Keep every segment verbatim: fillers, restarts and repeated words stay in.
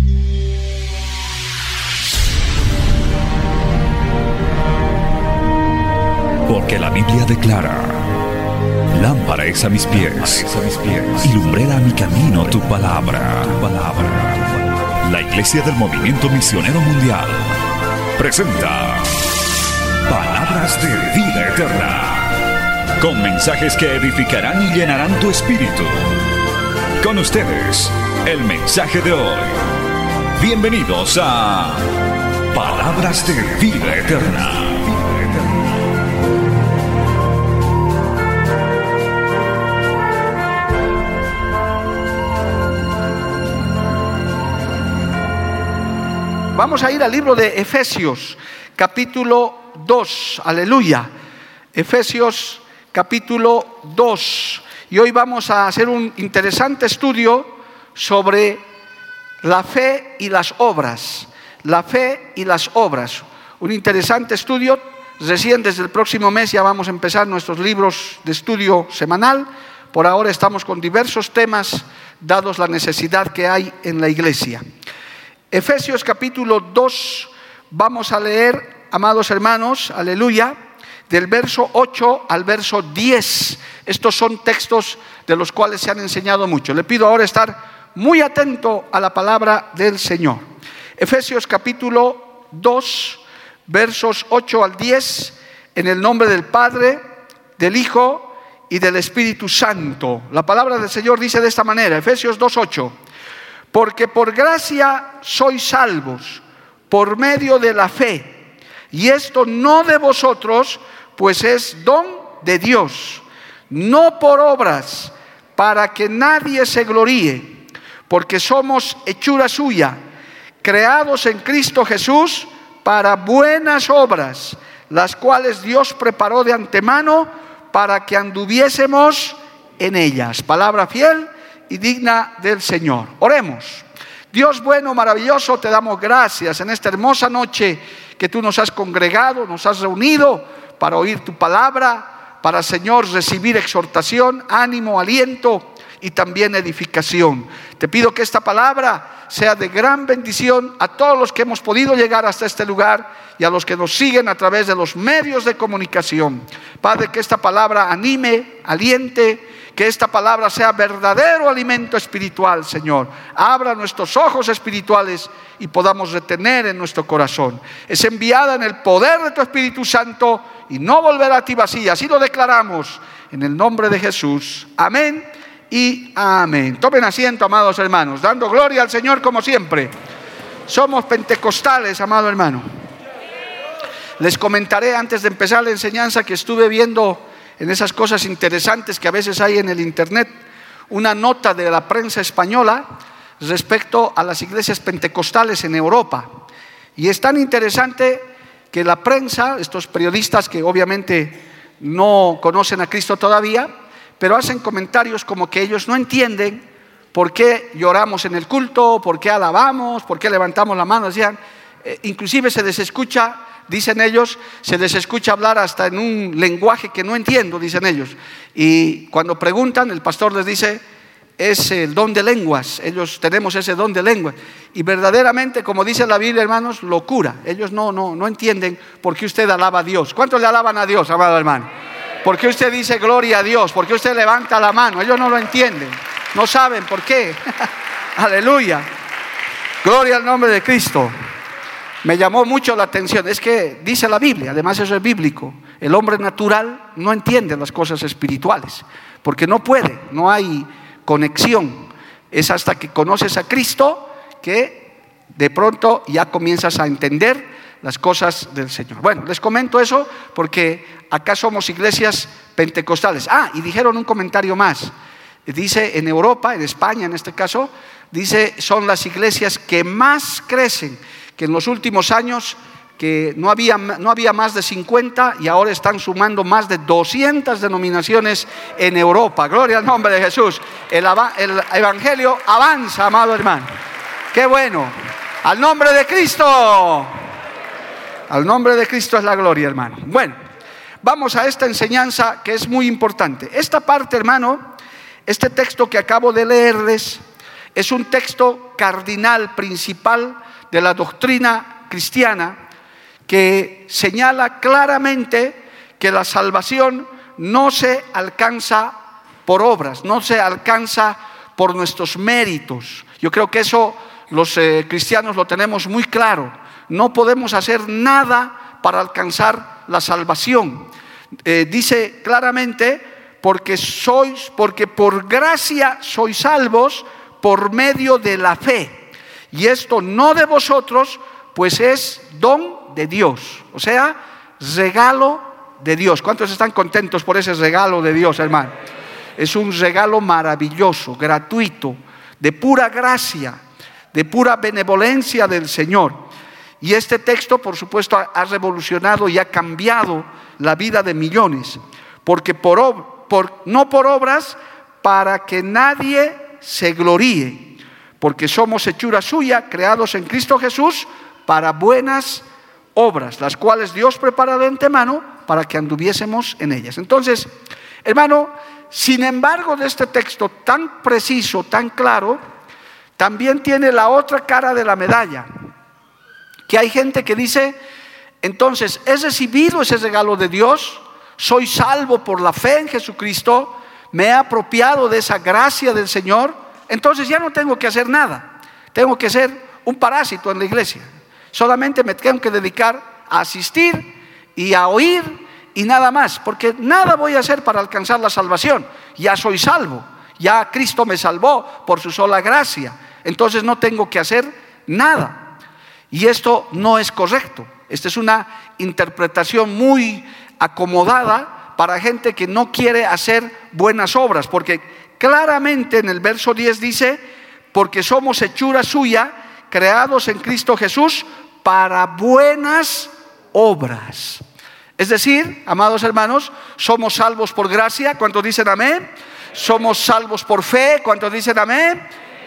Porque la Biblia declara: lámpara es a mis pies, y lumbrera a mi camino tu palabra. Tu palabra. La Iglesia del Movimiento Misionero Mundial presenta Palabras de Vida Eterna, con mensajes que edificarán y llenarán tu espíritu. Con ustedes, el mensaje de hoy. Bienvenidos a Palabras de Vida Eterna. Vamos a ir al libro de Efesios, capítulo dos, aleluya. Efesios, capítulo dos. Y hoy vamos a hacer un interesante estudio sobre la fe y las obras. La fe y las obras. Un interesante estudio. Recién desde el próximo mes ya vamos a empezar nuestros libros de estudio semanal. Por ahora estamos con diversos temas, dados la necesidad que hay en la iglesia. Efesios capítulo dos, vamos a leer, amados hermanos, aleluya, del verso ocho al verso diez. Estos son textos de los cuales se han enseñado mucho. Le pido ahora estar muy atento a la palabra del Señor. Efesios capítulo dos, versos ocho al diez, en el nombre del Padre, del Hijo y del Espíritu Santo. La palabra del Señor dice de esta manera, Efesios dos, ocho. Porque por gracia sois salvos, por medio de la fe, y esto no de vosotros, pues es don de Dios, no por obras, para que nadie se gloríe, porque somos hechura suya, creados en Cristo Jesús para buenas obras, las cuales Dios preparó de antemano para que anduviésemos en ellas. Palabra fiel y digna del Señor. Oremos. Dios bueno, maravilloso, te damos gracias en esta hermosa noche que tú nos has congregado, nos has reunido para oír tu palabra, para, Señor, recibir exhortación, ánimo, aliento y también edificación. Te pido que esta palabra sea de gran bendición a todos los que hemos podido llegar hasta este lugar y a los que nos siguen a través de los medios de comunicación. Padre, que esta palabra anime, aliente, que esta palabra sea verdadero alimento espiritual, Señor. Abra nuestros ojos espirituales y podamos retener en nuestro corazón. Es enviada en el poder de tu Espíritu Santo y no volverá a ti vacía. Así lo declaramos en el nombre de Jesús. Amén y amén. Tomen asiento, amados hermanos, dando gloria al Señor como siempre. Somos pentecostales, amado hermano. Les comentaré antes de empezar la enseñanza que estuve viendo en esas cosas interesantes que a veces hay en el internet, una nota de la prensa española respecto a las iglesias pentecostales en Europa. Y es tan interesante que la prensa, estos periodistas que obviamente no conocen a Cristo todavía, pero hacen comentarios como que ellos no entienden por qué lloramos en el culto, por qué alabamos, por qué levantamos la mano. Decían, eh, inclusive se les escucha, dicen ellos, se les escucha hablar hasta en un lenguaje que no entiendo, dicen ellos. Y cuando preguntan, el pastor les dice, es el don de lenguas. Ellos tenemos ese don de lenguas. Y verdaderamente, como dice la Biblia, hermanos, locura. Ellos no, no, no entienden por qué usted alaba a Dios. ¿Cuántos le alaban a Dios, amado hermano? ¿Por qué usted dice gloria a Dios? ¿Por qué usted levanta la mano? Ellos no lo entienden. No saben por qué. Aleluya. Gloria al nombre de Cristo. Me llamó mucho la atención, es que dice la Biblia, además eso es bíblico, el hombre natural no entiende las cosas espirituales, porque no puede, no hay conexión. Es hasta que conoces a Cristo que de pronto ya comienzas a entender las cosas del Señor. Bueno, les comento eso porque acá somos iglesias pentecostales. Ah, y dijeron un comentario más, dice en Europa, en España en este caso, dice son las iglesias que más crecen, que en los últimos años que no había, no había más de cincuenta y ahora están sumando más de doscientas denominaciones en Europa. Gloria al nombre de Jesús. El, el evangelio avanza, amado hermano. Qué bueno. Al nombre de Cristo. Al nombre de Cristo es la gloria, hermano. Bueno, vamos a esta enseñanza que es muy importante. Esta parte, hermano, este texto que acabo de leerles Es un texto cardinal, principal de la doctrina cristiana, que señala claramente que la salvación no se alcanza por obras, no se alcanza por nuestros méritos. Yo creo que eso los eh, cristianos lo tenemos muy claro. No podemos hacer nada para alcanzar la salvación. Eh, dice claramente, porque sois, porque por gracia sois salvos por medio de la fe. Y esto no de vosotros, pues es don de Dios. O sea, regalo de Dios. ¿Cuántos están contentos por ese regalo de Dios, hermano? Es un regalo maravilloso, gratuito, de pura gracia, de pura benevolencia del Señor. Y este texto, por supuesto, ha revolucionado y ha cambiado la vida de millones, porque por, por, no por obras, para que nadie se gloríe, porque somos hechura suya, creados en Cristo Jesús para buenas obras, las cuales Dios preparó de antemano para que anduviésemos en ellas. Entonces, hermano, sin embargo de este texto tan preciso, tan claro, también tiene la otra cara de la medalla, que hay gente que dice, entonces, ¿he recibido ese regalo de Dios? ¿Soy salvo por la fe en Jesucristo? ¿Me he apropiado de esa gracia del Señor? Entonces ya no tengo que hacer nada. Tengo que ser un parásito en la iglesia. Solamente me tengo que dedicar a asistir y a oír y nada más, porque nada voy a hacer para alcanzar la salvación. Ya soy salvo, ya Cristo me salvó por su sola gracia. Entonces no tengo que hacer nada. Y esto no es correcto. Esta es una interpretación muy acomodada para gente que no quiere hacer buenas obras, porque claramente en el verso diez dice, porque somos hechura suya, creados en Cristo Jesús para buenas obras. Es decir, amados hermanos, somos salvos por gracia. ¿Cuántos dicen amén? Somos salvos por fe. ¿Cuántos dicen amén?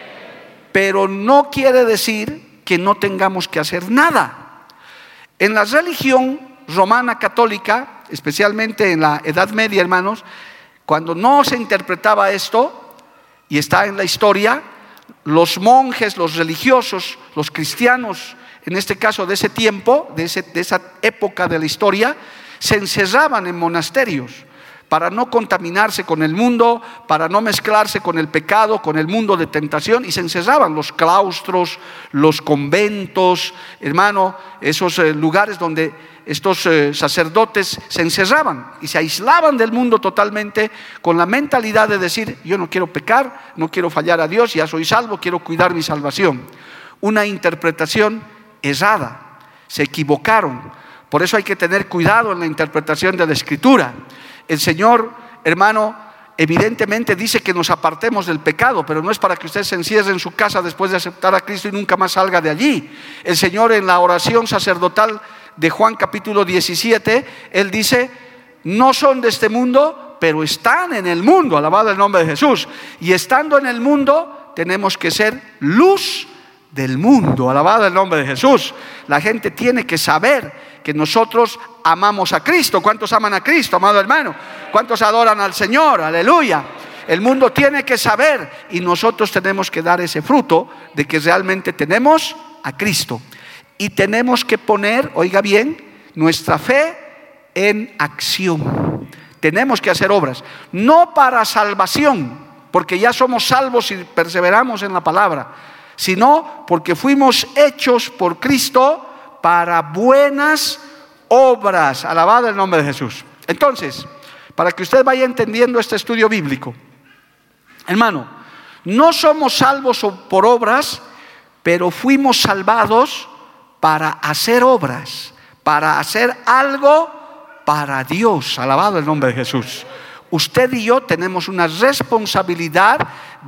Pero no quiere decir que no tengamos que hacer nada. En la religión romana católica, especialmente en la Edad Media, hermanos, cuando no se interpretaba esto, y está en la historia, los monjes, los religiosos, los cristianos, en este caso de ese tiempo, de, ese, de esa época de la historia, se encerraban en monasterios para no contaminarse con el mundo, para no mezclarse con el pecado, con el mundo de tentación, y se encerraban los claustros, los conventos, hermano, esos eh, lugares donde estos eh, sacerdotes se encerraban y se aislaban del mundo totalmente, con la mentalidad de decir, yo no quiero pecar, no quiero fallar a Dios, ya soy salvo, quiero cuidar mi salvación. Una interpretación errada, se equivocaron. Por eso hay que tener cuidado en la interpretación de la Escritura. El Señor, hermano, evidentemente dice que nos apartemos del pecado, pero no es para que usted se encierre en su casa después de aceptar a Cristo y nunca más salga de allí. El Señor, en la oración sacerdotal de Juan capítulo diecisiete, Él dice, no son de este mundo, pero están en el mundo, alabado el nombre de Jesús. Y estando en el mundo, tenemos que ser luz del mundo, alabado el nombre de Jesús. La gente tiene que saber que nosotros amamos a Cristo. ¿Cuántos aman a Cristo, amado hermano? ¿Cuántos adoran al Señor? Aleluya. El mundo tiene que saber, y nosotros tenemos que dar ese fruto de que realmente tenemos a Cristo. Y tenemos que poner, oiga bien, nuestra fe en acción. Tenemos que hacer obras, no para salvación, porque ya somos salvos y perseveramos en la palabra, sino porque fuimos hechos por Cristo para buenas obras. Alabado el nombre de Jesús. Entonces, para que usted vaya entendiendo este estudio bíblico, hermano, no somos salvos por obras, pero fuimos salvados para hacer obras, para hacer algo para Dios. Alabado el nombre de Jesús. Usted y yo tenemos una responsabilidad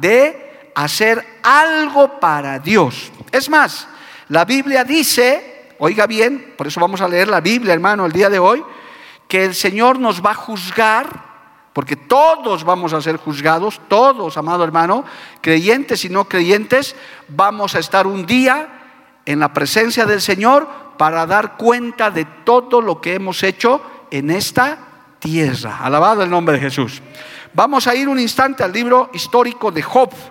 de hacer algo para Dios. Es más, la Biblia dice, oiga bien, por eso vamos a leer la Biblia, hermano, el día de hoy, que el Señor nos va a juzgar, porque todos vamos a ser juzgados, todos, amado hermano, creyentes y no creyentes, vamos a estar un día en la presencia del Señor para dar cuenta de todo lo que hemos hecho en esta tierra. Alabado el nombre de Jesús. Vamos a ir un instante al libro histórico de Job,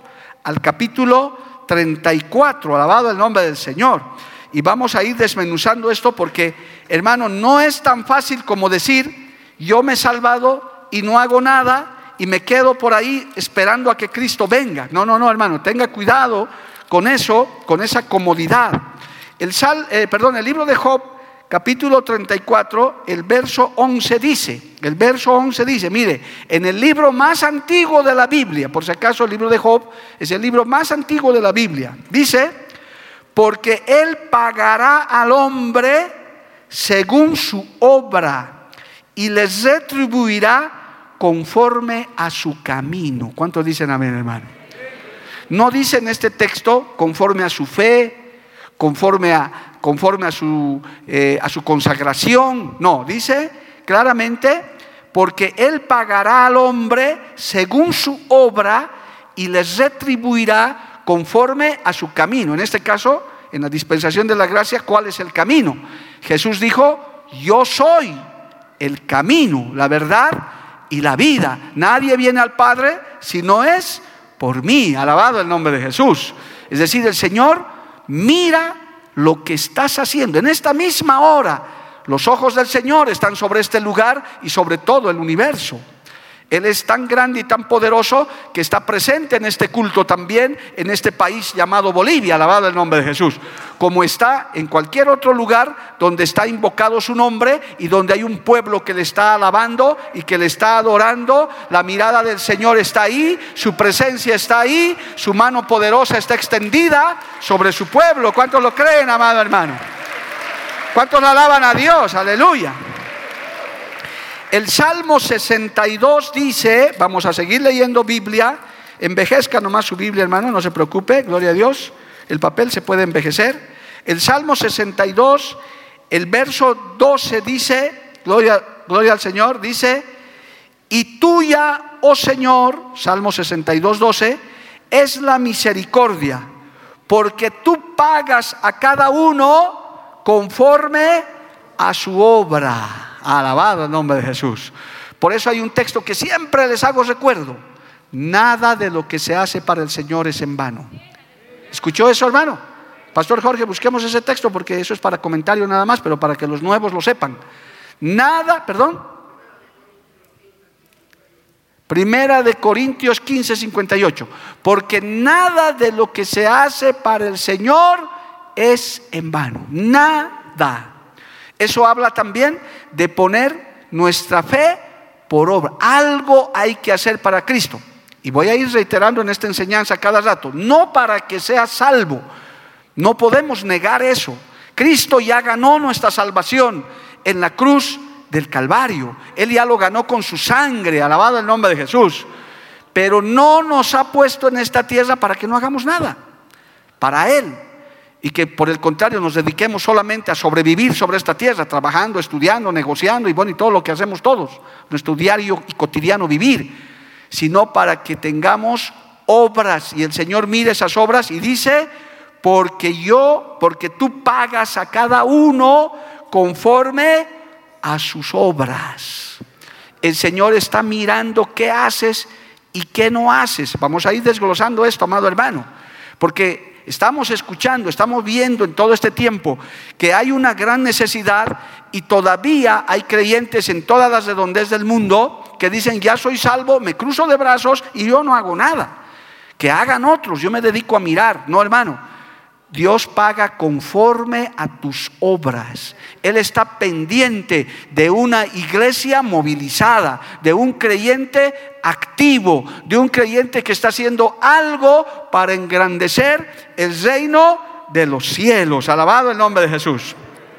al capítulo treinta y cuatro, alabado el nombre del Señor. Y vamos a ir desmenuzando esto porque, hermano, no es tan fácil como decir, yo me he salvado y no hago nada y me quedo por ahí esperando a que Cristo venga. No, no, no, hermano, tenga cuidado con eso, con esa comodidad. El, sal, eh, perdón, el libro de Job, capítulo treinta y cuatro, el verso once dice, el verso once dice, mire, en el libro más antiguo de la Biblia, por si acaso el libro de Job es el libro más antiguo de la Biblia, dice, porque Él pagará al hombre según su obra y les retribuirá conforme a su camino. ¿Cuántos dicen amén, hermano? No dice en este texto conforme a su fe, conforme a, conforme a, su, eh, a su consagración. No, dice claramente, porque Él pagará al hombre según su obra y les retribuirá conforme a su camino. En este caso, en la dispensación de la gracia, ¿cuál es el camino? Jesús dijo, yo soy el camino, la verdad y la vida. Nadie viene al Padre si no es por mí. Alabado el nombre de Jesús. Es decir, el Señor mira lo que estás haciendo. En esta misma hora, los ojos del Señor están sobre este lugar y sobre todo el universo. Él es tan grande y tan poderoso que está presente en este culto también, en este país llamado Bolivia, alabado el nombre de Jesús, como está en cualquier otro lugar donde está invocado su nombre y donde hay un pueblo que le está alabando y que le está adorando. La mirada del Señor está ahí, su presencia está ahí, su mano poderosa está extendida sobre su pueblo. ¿Cuántos lo creen, amado hermano? ¿Cuántos lo alaban a Dios? Aleluya. El Salmo sesenta y dos dice, vamos a seguir leyendo Biblia, envejezca nomás su Biblia, hermano, no se preocupe, gloria a Dios, el papel se puede envejecer. El Salmo sesenta y dos, el verso doce dice, gloria, gloria al Señor, dice, y tuya, oh Señor, Salmo sesenta y dos, doce, es la misericordia, porque tú pagas a cada uno conforme a su obra. Alabado el nombre de Jesús. Por eso hay un texto que siempre les hago recuerdo: nada de lo que se hace para el Señor es en vano. ¿Escuchó eso, hermano? Pastor Jorge, busquemos ese texto porque eso es para comentario nada más, pero para que los nuevos lo sepan. Nada, perdón. Primera de Corintios quince, cincuenta y ocho. Porque nada de lo que se hace para el Señor es en vano. Nada. Eso habla también de poner nuestra fe por obra. Algo hay que hacer para Cristo. Y voy a ir reiterando en esta enseñanza cada rato. No para que seas salvo. No podemos negar eso. Cristo ya ganó nuestra salvación en la cruz del Calvario. Él ya lo ganó con su sangre. Alabado el nombre de Jesús. Pero no nos ha puesto en esta tierra para que no hagamos nada. Para Él. Y que por el contrario nos dediquemos solamente a sobrevivir sobre esta tierra, trabajando, estudiando, negociando y bueno, y todo lo que hacemos todos, nuestro diario y cotidiano vivir, sino para que tengamos obras. Y el Señor mira esas obras y dice, porque yo, porque tú pagas a cada uno conforme a sus obras. El Señor está mirando qué haces y qué no haces. Vamos a ir desglosando esto, amado hermano, porque estamos escuchando, estamos viendo en todo este tiempo que hay una gran necesidad y todavía hay creyentes en todas las redondez del mundo que dicen, ya soy salvo, me cruzo de brazos y yo no hago nada. Que hagan otros, yo me dedico a mirar. No, hermano, Dios paga conforme a tus obras. Él está pendiente de una iglesia movilizada, de un creyente activo, de un creyente que está haciendo algo para engrandecer el reino de los cielos. Alabado el nombre de Jesús.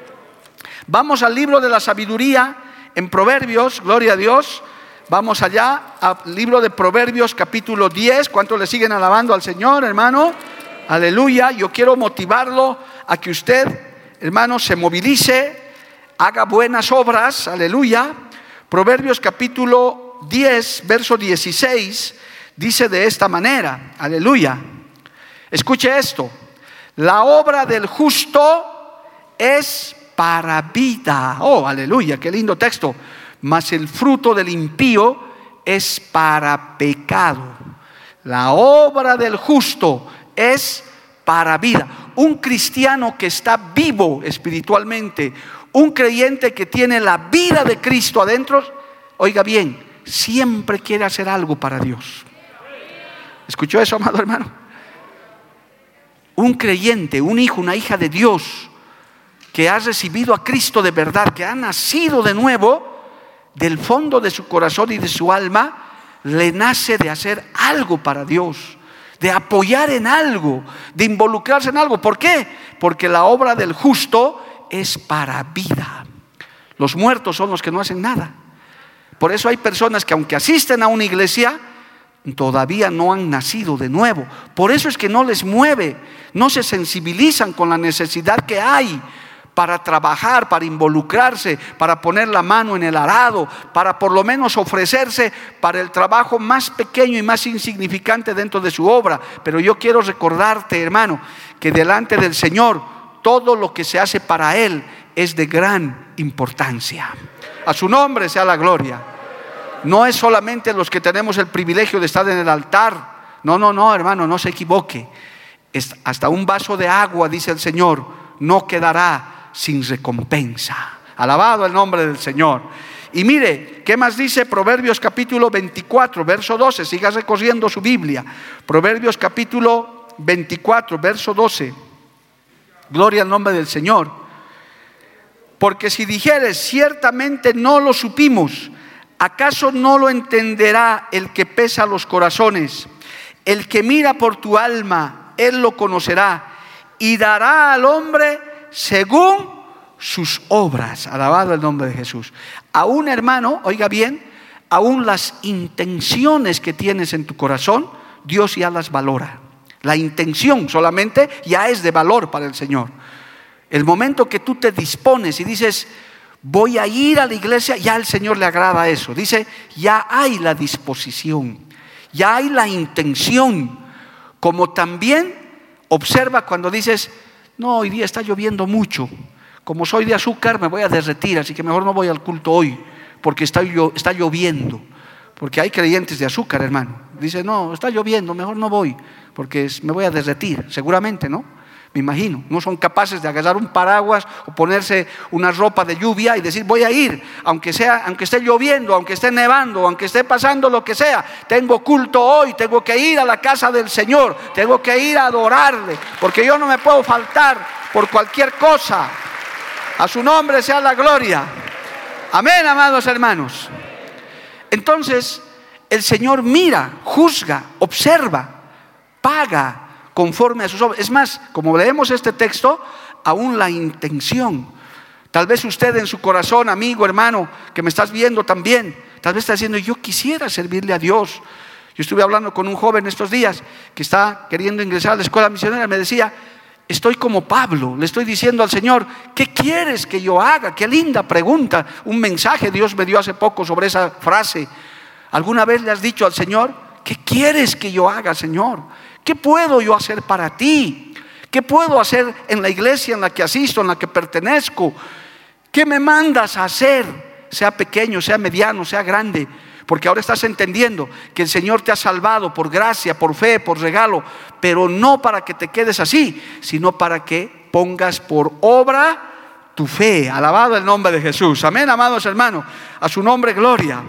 Vamos al libro de la sabiduría en Proverbios, gloria a Dios. Vamos allá al libro de Proverbios capítulo diez. ¿Cuántos le siguen alabando al Señor, hermano? Aleluya. Yo quiero motivarlo a que usted, hermano, se movilice, haga buenas obras. Aleluya. Proverbios capítulo diez, verso dieciséis, dice de esta manera. Aleluya. Escuche esto. La obra del justo es para vida. Oh, aleluya, qué lindo texto. Mas el fruto del impío es para pecado. la obra del justo es para vida. Un cristiano que está vivo espiritualmente, un creyente que tiene la vida de Cristo adentro, oiga bien, siempre quiere hacer algo para Dios. ¿Escuchó eso, amado hermano? Un creyente, un hijo, una hija de Dios que ha recibido a Cristo de verdad, que ha nacido de nuevo, del fondo de su corazón y de su alma, le nace de hacer algo para Dios, de apoyar en algo, de involucrarse en algo. ¿Por qué? Porque la obra del justo es para vida. Los muertos son los que no hacen nada. Por eso hay personas que, aunque asisten a una iglesia, todavía no han nacido de nuevo. Por eso es que no les mueve, no se sensibilizan con la necesidad que hay para trabajar, para involucrarse, para poner la mano en el arado, para por lo menos ofrecerse para el trabajo más pequeño y más insignificante dentro de su obra. Pero yo quiero recordarte, hermano, que delante del Señor todo lo que se hace para Él es de gran importancia. A su nombre sea la gloria. No es solamente los que tenemos el privilegio de estar en el altar. No, no, no, hermano, no se equivoque. Es hasta un vaso de agua, dice el Señor, no quedará sin recompensa. Alabado el nombre del Señor. Y mire, ¿qué más dice Proverbios capítulo veinticuatro, verso doce? Siga recorriendo su Biblia. Proverbios capítulo veinticuatro, verso doce. Gloria al nombre del Señor. Porque si dijeres, ciertamente no lo supimos, ¿acaso no lo entenderá el que pesa los corazones? El que mira por tu alma, él lo conocerá, y dará al hombre según sus obras. Alabado el nombre de Jesús. Aún, hermano, oiga bien, aún las intenciones que tienes en tu corazón, Dios ya las valora. La intención solamente ya es de valor para el Señor. El momento que tú te dispones y dices, voy a ir a la iglesia, ya al Señor le agrada eso. Dice, ya hay la disposición, ya hay la intención. Como también observa cuando dices, no, hoy día está lloviendo mucho, como soy de azúcar me voy a derretir, así que mejor no voy al culto hoy, porque está, está lloviendo. Porque hay creyentes de azúcar, hermano. Dice, no, está lloviendo, mejor no voy, porque me voy a derretir, seguramente, ¿no? Me imagino, no son capaces de agarrar un paraguas o ponerse una ropa de lluvia y decir, voy a ir, aunque sea, aunque esté lloviendo, aunque esté nevando, aunque esté pasando lo que sea, tengo culto hoy, tengo que ir a la casa del Señor, tengo que ir a adorarle, porque yo no me puedo faltar por cualquier cosa. A su nombre sea la gloria. Amén, amados hermanos. Entonces, el Señor mira, juzga, observa, paga conforme a sus obras. Es más, como leemos este texto, aún la intención. Tal vez usted en su corazón, amigo, hermano, que me estás viendo también, tal vez está diciendo, yo quisiera servirle a Dios. Yo estuve hablando con un joven estos días que está queriendo ingresar a la escuela misionera. Me decía, estoy como Pablo, le estoy diciendo al Señor, ¿qué quieres que yo haga? Qué linda pregunta. Un mensaje Dios me dio hace poco sobre esa frase. ¿Alguna vez le has dicho al Señor, qué quieres que yo haga, Señor? ¿Qué puedo yo hacer para ti? ¿Qué puedo hacer en la iglesia en la que asisto, en la que pertenezco? ¿Qué me mandas a hacer? Sea pequeño, sea mediano, sea grande. Porque ahora estás entendiendo que el Señor te ha salvado por gracia, por fe, por regalo. Pero no para que te quedes así, sino para que pongas por obra tu fe. Alabado el nombre de Jesús. Amén, amados hermanos. A su nombre, gloria.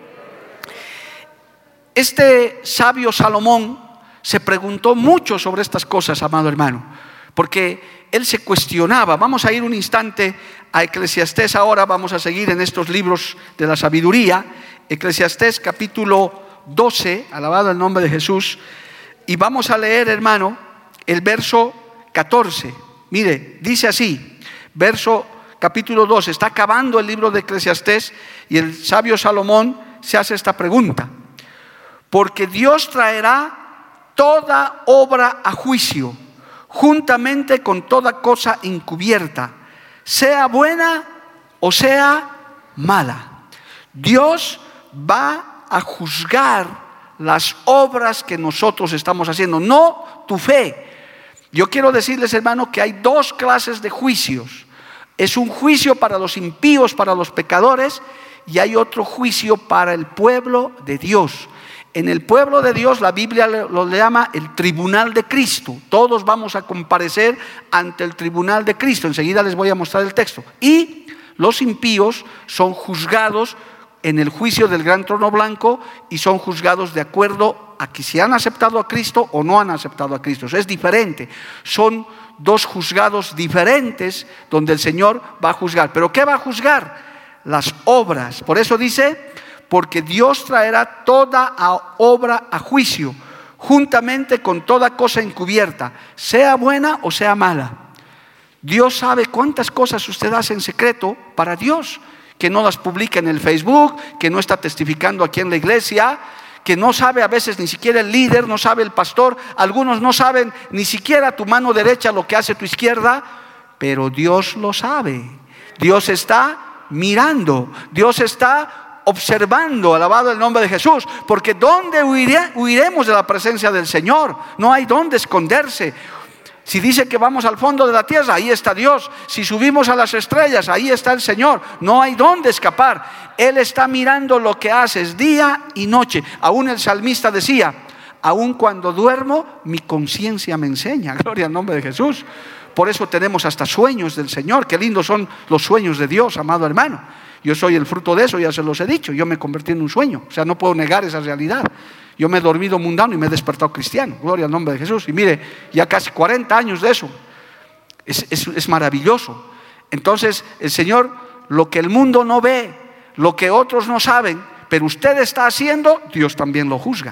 Este sabio Salomón se preguntó mucho sobre estas cosas, amado hermano, porque él se cuestionaba. Vamos a ir un instante a Eclesiastés ahora, vamos a seguir en estos libros de la sabiduría. Eclesiastés capítulo doce, alabado el nombre de Jesús, y vamos a leer, hermano, el verso catorce. Mire, dice así, verso capítulo doce, está acabando el libro de Eclesiastés y el sabio Salomón se hace esta pregunta. Porque Dios traerá toda obra a juicio, juntamente con toda cosa encubierta, sea buena o sea mala. Dios va a juzgar las obras que nosotros estamos haciendo, no tu fe. Yo quiero decirles, hermano, que hay dos clases de juicios. Es un juicio para los impíos, para los pecadores, y hay otro juicio para el pueblo de Dios. en el pueblo de Dios la Biblia lo llama el tribunal de Cristo. Todos vamos a comparecer ante el tribunal de Cristo. Enseguida les voy a mostrar el texto. Y los impíos son juzgados en el juicio del gran trono blanco y son juzgados de acuerdo a que si han aceptado a Cristo o no han aceptado a Cristo. Eso es diferente. Son dos juzgados diferentes donde el Señor va a juzgar. ¿Pero qué va a juzgar? Las obras. Por eso dice, porque Dios traerá toda obra a juicio, juntamente con toda cosa encubierta, sea buena o sea mala. Dios sabe cuántas cosas usted hace en secreto para Dios, que no las publica en el Facebook, que no está testificando aquí en la iglesia, que no sabe a veces ni siquiera el líder, no sabe el pastor, algunos no saben ni siquiera tu mano derecha lo que hace tu izquierda, pero Dios lo sabe. Dios está mirando, Dios está observando, alabado el nombre de Jesús, porque ¿dónde huiré, huiremos de la presencia del Señor? No hay dónde esconderse. Si dice que vamos al fondo de la tierra, ahí está Dios. Si subimos a las estrellas, ahí está el Señor. No hay dónde escapar. Él está mirando lo que haces día y noche. Aún el salmista decía, aún cuando duermo, mi conciencia me enseña. Gloria al nombre de Jesús. Por eso tenemos hasta sueños del Señor. Qué lindos son los sueños de Dios, amado hermano. Yo soy el fruto de eso, ya se los he dicho. Yo me convertí en un sueño. O sea, no puedo negar esa realidad. Yo me he dormido mundano y me he despertado cristiano. Gloria al nombre de Jesús. Y mire, ya casi cuarenta años de eso. Es, es, es maravilloso. Entonces, el Señor, lo que el mundo no ve, lo que otros no saben, pero usted está haciendo, Dios también lo juzga.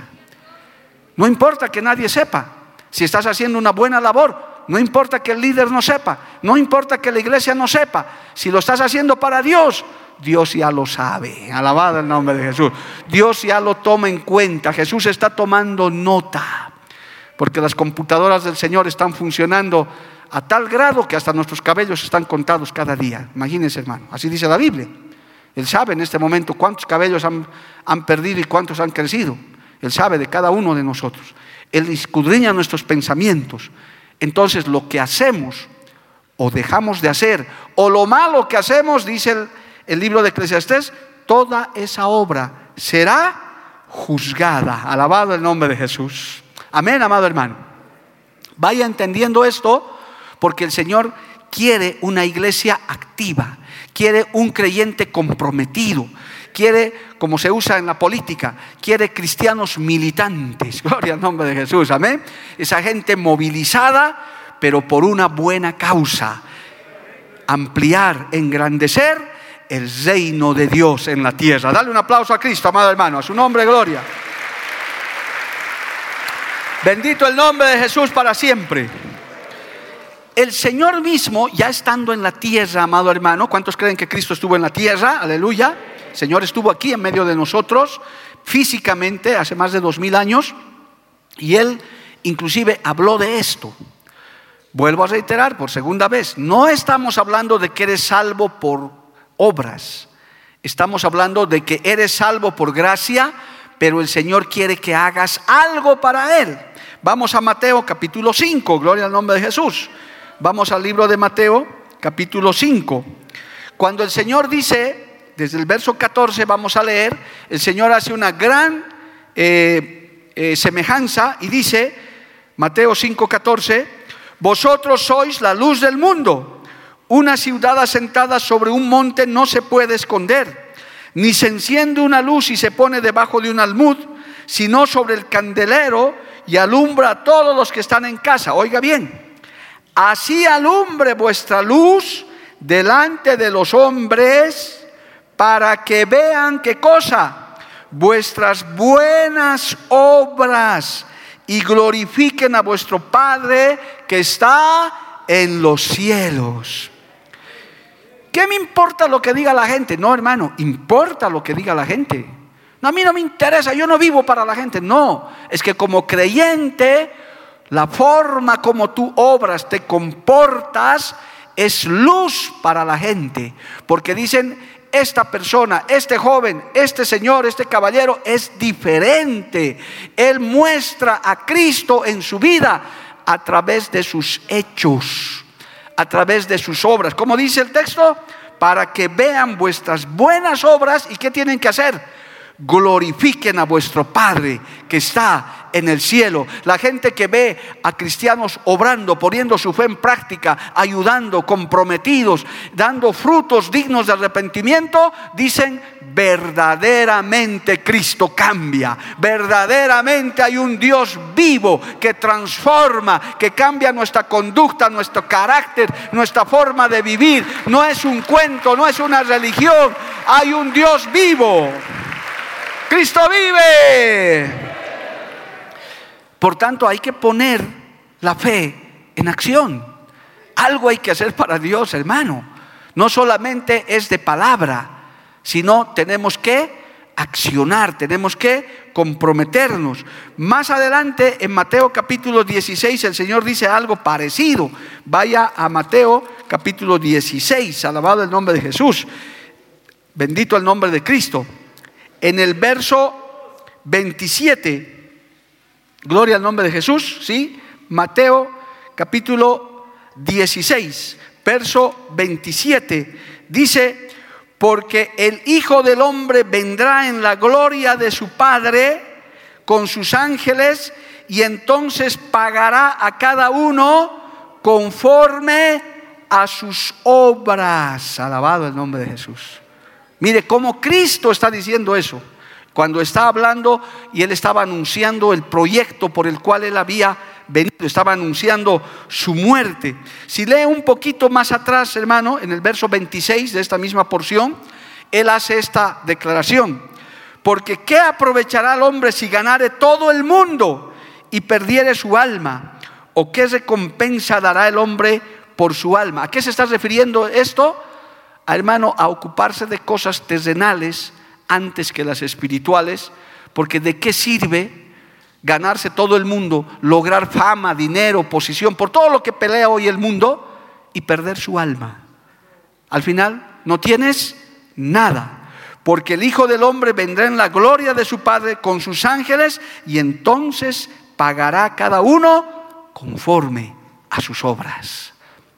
No importa que nadie sepa. Si estás haciendo una buena labor, no importa que el líder no sepa, no importa que la iglesia no sepa. Si lo estás haciendo para Dios, Dios ya lo sabe. Alabado el nombre de Jesús. Dios ya lo toma en cuenta. Jesús está tomando nota, porque las computadoras del Señor están funcionando a tal grado que hasta nuestros cabellos están contados cada día. Imagínense, hermano, así dice la Biblia. Él sabe en este momento cuántos cabellos han, han perdido y cuántos han crecido. Él sabe de cada uno de nosotros. Él escudriña nuestros pensamientos. Entonces lo que hacemos o dejamos de hacer, o lo malo que hacemos, dice el, el libro de Eclesiastés, toda esa obra será juzgada. Alabado el nombre de Jesús. Amén, amado hermano. Vaya entendiendo esto, porque el Señor quiere una iglesia activa, quiere un creyente comprometido, quiere, como se usa en la política, quiere cristianos militantes. Gloria al nombre de Jesús, amén. Esa gente movilizada, pero por una buena causa. Ampliar, engrandecer el reino de Dios en la tierra. Dale un aplauso a Cristo, amado hermano, a su nombre, gloria. Bendito el nombre de Jesús para siempre. El Señor mismo, ya estando en la tierra, amado hermano, ¿cuántos creen que Cristo estuvo en la tierra? Aleluya. El Señor estuvo aquí en medio de nosotros, físicamente, hace más de dos mil años, y Él inclusive habló de esto. Vuelvo a reiterar por segunda vez, no estamos hablando de que eres salvo por obras, estamos hablando de que eres salvo por gracia, pero el Señor quiere que hagas algo para Él. Vamos a Mateo capítulo cinco, gloria al nombre de Jesús. Vamos al libro de Mateo capítulo cinco. Cuando el Señor dice, desde el verso catorce vamos a leer, el Señor hace una gran eh, eh, semejanza y dice, Mateo cinco catorce, vosotros sois la luz del mundo. Una ciudad asentada sobre un monte no se puede esconder, ni se enciende una luz y se pone debajo de un almud, sino sobre el candelero y alumbra a todos los que están en casa. Oiga bien, así alumbre vuestra luz delante de los hombres, para que vean qué cosa, vuestras buenas obras, y glorifiquen a vuestro Padre que está en los cielos. ¿Qué me importa lo que diga la gente? No, hermano, importa lo que diga la gente. No, a mí no me interesa, yo no vivo para la gente. No, es que como creyente, la forma como tú obras, te comportas, es luz para la gente. Porque dicen, esta persona, este joven, este señor, este caballero es diferente. Él muestra a Cristo en su vida a través de sus hechos, a través de sus obras. ¿Cómo dice el texto? Para que vean vuestras buenas obras. ¿Y qué tienen que hacer? glorifiquen a vuestro Padre que está en el cielo. La gente que ve a cristianos obrando, poniendo su fe en práctica, ayudando, comprometidos, dando frutos dignos de arrepentimiento, dicen: verdaderamente Cristo cambia, verdaderamente hay un Dios vivo que transforma, que cambia nuestra conducta, nuestro carácter, nuestra forma de vivir. No es un cuento, no es una religión, hay un Dios vivo. Cristo vive. Por tanto, hay que poner la fe en acción. Algo hay que hacer para Dios, hermano. No solamente es de palabra, sino tenemos que accionar, tenemos que comprometernos. Más adelante, en Mateo capítulo dieciséis, el Señor dice algo parecido. Vaya a Mateo capítulo dieciséis, alabado el nombre de Jesús. Bendito el nombre de Cristo. En el verso veintisiete, gloria al nombre de Jesús, ¿sí? Mateo capítulo dieciséis, verso veintisiete, dice: porque el Hijo del Hombre vendrá en la gloria de su Padre con sus ángeles, y entonces pagará a cada uno conforme a sus obras. Alabado el nombre de Jesús. Mire cómo Cristo está diciendo eso. Cuando está hablando y Él estaba anunciando el proyecto por el cual Él había venido, estaba anunciando su muerte. Si lee un poquito más atrás, hermano, en el verso veintiséis de esta misma porción, Él hace esta declaración: porque ¿qué aprovechará el hombre si ganare todo el mundo y perdiere su alma? ¿O qué recompensa dará el hombre por su alma? ¿A qué se está refiriendo esto? Hermano, a ocuparse de cosas terrenales antes que las espirituales, porque ¿de qué sirve ganarse todo el mundo, lograr fama, dinero, posición, por todo lo que pelea hoy el mundo, y perder su alma? Al final no tienes nada, porque el Hijo del Hombre vendrá en la gloria de su Padre con sus ángeles, y entonces pagará cada uno conforme a sus obras.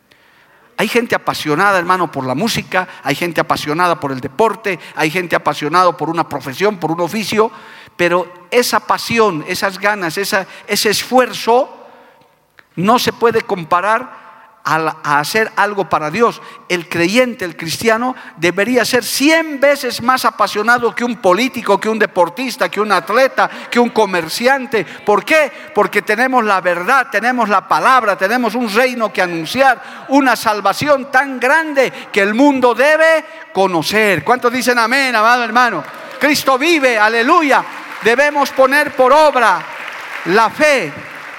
Hay gente apasionada, hermano, por la música, hay gente apasionada por el deporte, hay gente apasionada por una profesión, por un oficio, pero esa pasión, esas ganas, esa, ese esfuerzo no se puede comparar a, a hacer algo para Dios. El creyente, el cristiano, debería ser cien veces más apasionado que un político, que un deportista, que un atleta, que un comerciante. ¿Por qué? Porque tenemos la verdad, tenemos la palabra, tenemos un reino que anunciar, una salvación tan grande que el mundo debe conocer. ¿Cuántos dicen amén, amado hermano? Cristo vive, aleluya. Debemos poner por obra la fe.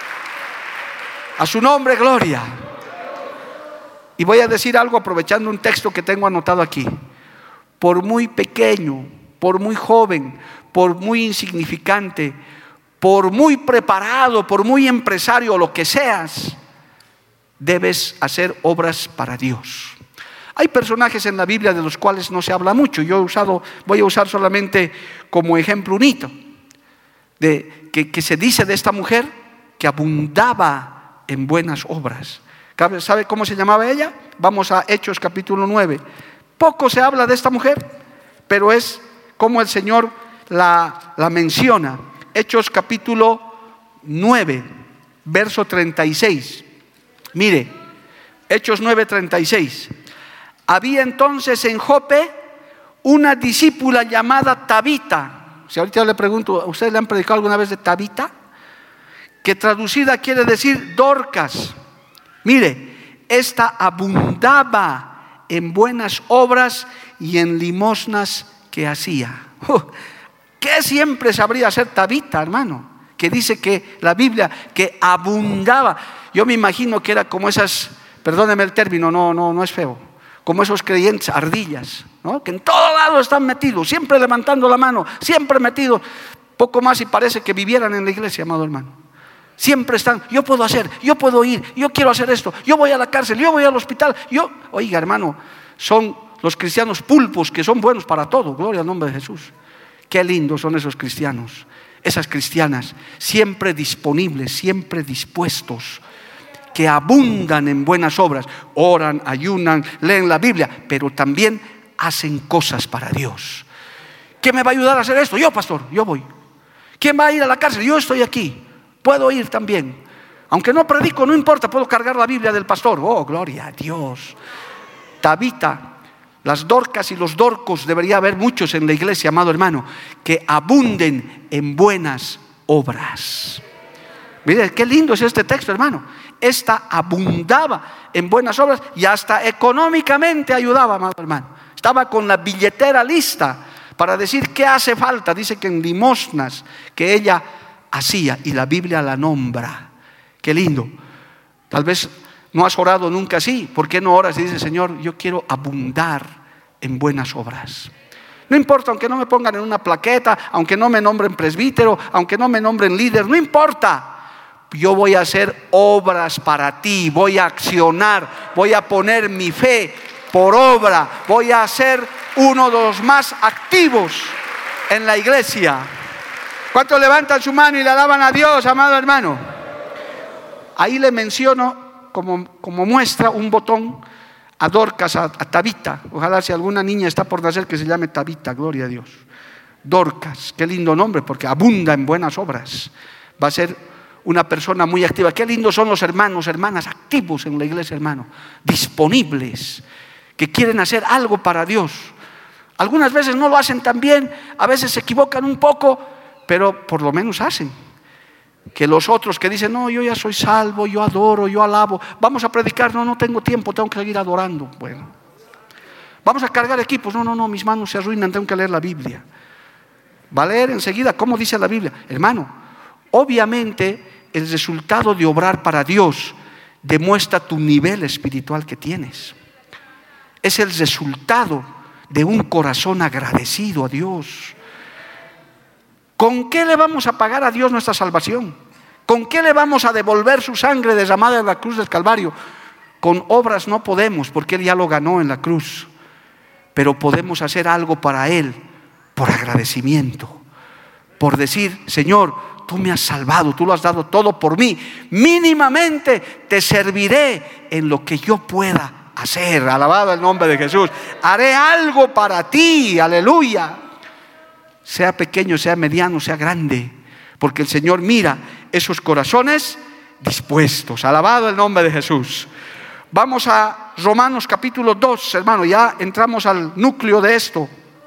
A su nombre, gloria. Y voy a decir algo aprovechando un texto que tengo anotado aquí. Por muy pequeño, por muy joven, por muy insignificante, por muy preparado, por muy empresario, lo que seas, debes hacer obras para Dios. Hay personajes en la Biblia de los cuales no se habla mucho. Yo he usado, voy a usar solamente como ejemplo un hito de, que, que se dice de esta mujer que abundaba en buenas obras. ¿Sabe cómo se llamaba ella? Vamos a Hechos capítulo nueve. Poco se habla de esta mujer, pero es como el Señor la, la menciona. Hechos capítulo nueve, verso treinta y seis. Mire, Hechos nueve, treinta y seis. Había entonces en Jope una discípula llamada Tabita. Si ahorita le pregunto, ¿a ustedes le han predicado alguna vez de Tabita? Que traducida quiere decir Dorcas. Mire, esta abundaba en buenas obras y en limosnas que hacía. Uh, ¿Qué siempre sabría hacer Tabita, hermano? Que dice que la Biblia, que abundaba. Yo me imagino que era como esas, perdóneme el término, no, no, no es feo, como esos creyentes ardillas, ¿no? Que en todo lado están metidos, siempre levantando la mano, siempre metidos. Poco más y parece que vivieran en la iglesia, amado hermano. Siempre están, yo puedo hacer, yo puedo ir, yo quiero hacer esto, yo voy a la cárcel, yo voy al hospital, yo, oiga hermano, son los cristianos pulpos que son buenos para todo, gloria al nombre de Jesús. Qué lindos son esos cristianos, esas cristianas, siempre disponibles, siempre dispuestos, que abundan en buenas obras, oran, ayunan, leen la Biblia, pero también hacen cosas para Dios. ¿Quién me va a ayudar a hacer esto? Yo, pastor, yo voy. ¿Quién va a ir a la cárcel? Yo estoy aquí. Puedo ir también. Aunque no predico, no importa, puedo cargar la Biblia del pastor. Oh, gloria a Dios. Tabita, las Dorcas y los Dorcos, debería haber muchos en la iglesia, amado hermano, que abunden en buenas obras. Mire, qué lindo es este texto, hermano. Esta abundaba en buenas obras y hasta económicamente ayudaba, amado hermano. Estaba con la billetera lista para decir qué hace falta. Dice que en limosnas que ella hacía, y la Biblia la nombra. Qué lindo. Tal vez no has orado nunca así. ¿Por qué no oras y dices, Señor, yo quiero abundar en buenas obras? No importa, aunque no me pongan en una plaqueta, aunque no me nombren presbítero, aunque no me nombren líder, no importa. Yo voy a hacer obras para ti, voy a accionar, voy a poner mi fe por obra, voy a ser uno de los más activos en la iglesia. ¿Cuántos levantan su mano y le alaban a Dios, amado hermano? Ahí le menciono como, como muestra un botón a Dorcas, a, a Tabita. Ojalá si alguna niña está por nacer que se llame Tabita, gloria a Dios. Dorcas, qué lindo nombre, porque abunda en buenas obras. Va a ser una persona muy activa. Qué lindos son los hermanos, hermanas activos en la iglesia, hermano, disponibles, que quieren hacer algo para Dios. Algunas veces no lo hacen tan bien, a veces se equivocan un poco, pero por lo menos hacen. Que los otros que dicen, no, yo ya soy salvo, yo adoro, yo alabo, vamos a predicar, no, no tengo tiempo, tengo que seguir adorando. Bueno, vamos a cargar equipos, no, no, no, mis manos se arruinan, tengo que leer la Biblia. Va a leer enseguida cómo dice la Biblia. Hermano, obviamente el resultado de obrar para Dios demuestra tu nivel espiritual que tienes. Es el resultado de un corazón agradecido a Dios. ¿Con qué le vamos a pagar a Dios nuestra salvación? ¿Con qué le vamos a devolver su sangre derramada en la cruz del Calvario? Con obras no podemos, porque Él ya lo ganó en la cruz. Pero podemos hacer algo para Él por agradecimiento, por decir, Señor, tú me has salvado, tú lo has dado todo por mí. Mínimamente te serviré en lo que yo pueda hacer. Alabado el nombre de Jesús. Haré algo para ti, aleluya. Sea pequeño, sea mediano, sea grande, porque el Señor mira esos corazones dispuestos. Alabado el nombre de Jesús. Vamos a Romanos capítulo dos, hermano, ya entramos al núcleo de esto.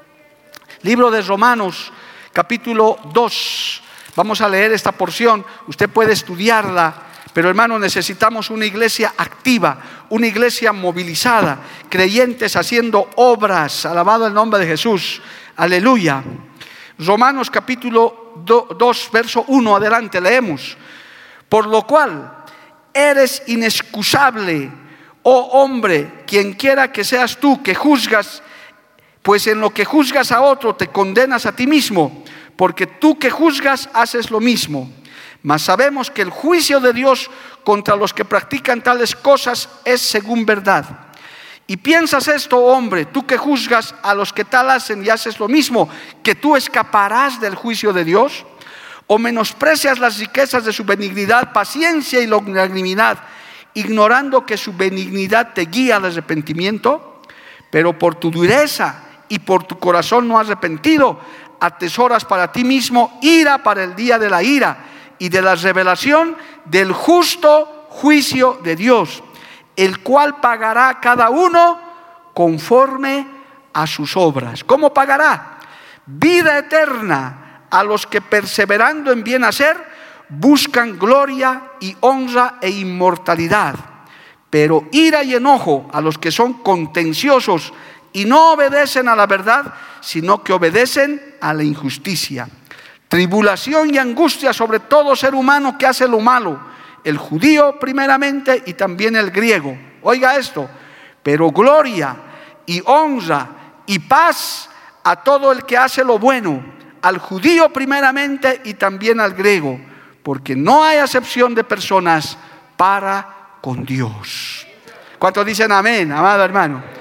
Libro de Romanos capítulo dos. Vamos a leer esta porción, usted puede estudiarla, pero hermano, necesitamos una iglesia activa, una iglesia movilizada, creyentes haciendo obras. Alabado el nombre de Jesús, aleluya. Romanos capítulo dos, verso uno, adelante, leemos. Por lo cual, eres inexcusable, oh hombre, quien quiera que seas tú que juzgas, pues en lo que juzgas a otro te condenas a ti mismo, porque tú que juzgas haces lo mismo. Mas sabemos que el juicio de Dios contra los que practican tales cosas es según verdad. Y piensas esto, hombre, tú que juzgas a los que tal hacen y haces lo mismo, que tú escaparás del juicio de Dios. O menosprecias las riquezas de su benignidad, paciencia y longanimidad, ignorando que su benignidad te guía al arrepentimiento. Pero por tu dureza y por tu corazón no arrepentido, atesoras para ti mismo ira para el día de la ira y de la revelación del justo juicio de Dios, el cual pagará a cada uno conforme a sus obras. ¿Cómo pagará? Vida eterna a los que perseverando en bien hacer buscan gloria y honra e inmortalidad, pero ira y enojo a los que son contenciosos y no obedecen a la verdad, sino que obedecen a la injusticia. Tribulación y angustia sobre todo ser humano que hace lo malo, el judío primeramente y también el griego. Oiga esto, pero gloria y honra y paz a todo el que hace lo bueno, al judío primeramente y también al griego, porque no hay acepción de personas para con Dios. ¿Cuántos dicen amén, amado hermano?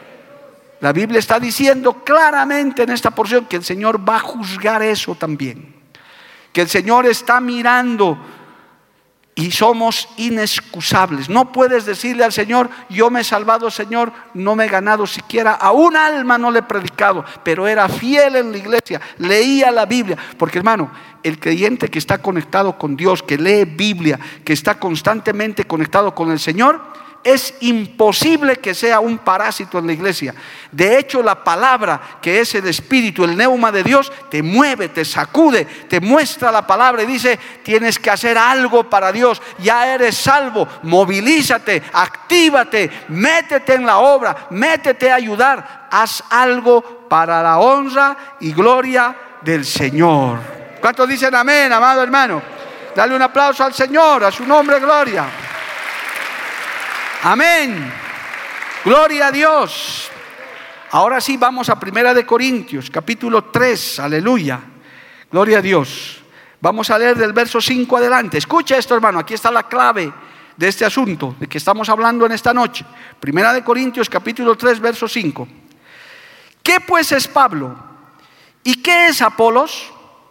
La Biblia está diciendo claramente en esta porción que el Señor va a juzgar eso también, que el Señor está mirando y somos inexcusables. No puedes decirle al Señor: yo me he salvado, Señor, no me he ganado siquiera a un alma, no le he predicado, pero era fiel en la iglesia, leía la Biblia. Porque, hermano, el creyente que está conectado con Dios, que lee Biblia, que está constantemente conectado con el Señor, es imposible que sea un parásito en la iglesia. De hecho, la palabra, que es el Espíritu, el neuma de Dios, te mueve, te sacude, te muestra la palabra y dice: tienes que hacer algo para Dios. Ya eres salvo, movilízate, actívate, métete en la obra, métete a ayudar, haz algo para la honra y gloria del Señor. ¿Cuántos dicen amén, amado hermano? Dale un aplauso al Señor, a su nombre, gloria. Amén. Gloria a Dios. Ahora sí, vamos a Primera de Corintios, capítulo tres. Aleluya. Gloria a Dios. Vamos a leer del verso cinco adelante. Escucha esto, hermano. Aquí está la clave de este asunto de que estamos hablando en esta noche. Primera de Corintios, capítulo tres, verso cinco. ¿Qué pues es Pablo? ¿Y qué es Apolos?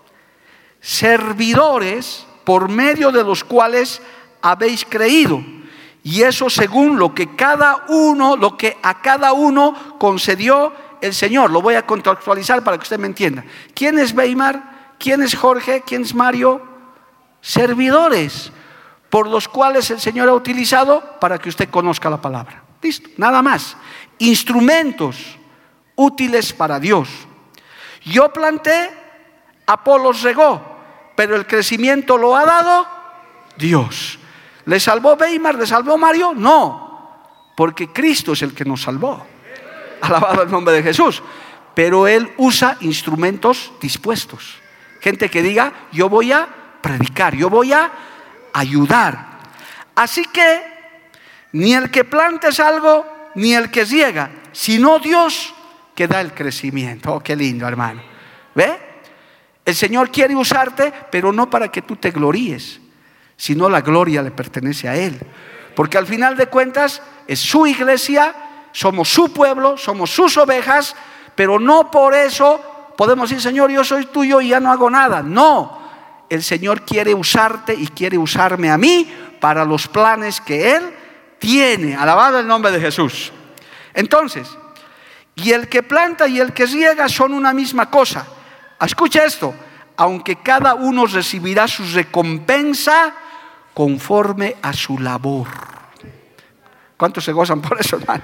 Servidores por medio de los cuales habéis creído. Y eso según lo que cada uno, lo que a cada uno concedió el Señor. Lo voy a contextualizar para que usted me entienda. ¿Quién es Weimar? ¿Quién es Jorge? ¿Quién es Mario? Servidores por los cuales el Señor ha utilizado para que usted conozca la palabra. Listo, nada más. Instrumentos útiles para Dios. Yo planté, Apolos regó, pero el crecimiento lo ha dado Dios. ¿Le salvó Weimar? ¿Le salvó Mario? No, porque Cristo es el que nos salvó. Alabado el nombre de Jesús. Pero Él usa instrumentos dispuestos. Gente que diga: yo voy a predicar, yo voy a ayudar. Así que ni el que planta es algo, ni el que riega, sino Dios que da el crecimiento. Oh, qué lindo, hermano. ¿Ve? El Señor quiere usarte, pero no para que tú te gloríes, sino la gloria le pertenece a Él. Porque al final de cuentas es su iglesia, somos su pueblo, somos sus ovejas, pero no por eso podemos decir: Señor, yo soy tuyo y ya no hago nada. No, el Señor quiere usarte y quiere usarme a mí para los planes que Él tiene. Alabado el nombre de Jesús. Entonces, y el que planta y el que riega son una misma cosa. Escucha esto: aunque cada uno recibirá su recompensa conforme a su labor. ¿Cuántos se gozan por eso, hermano?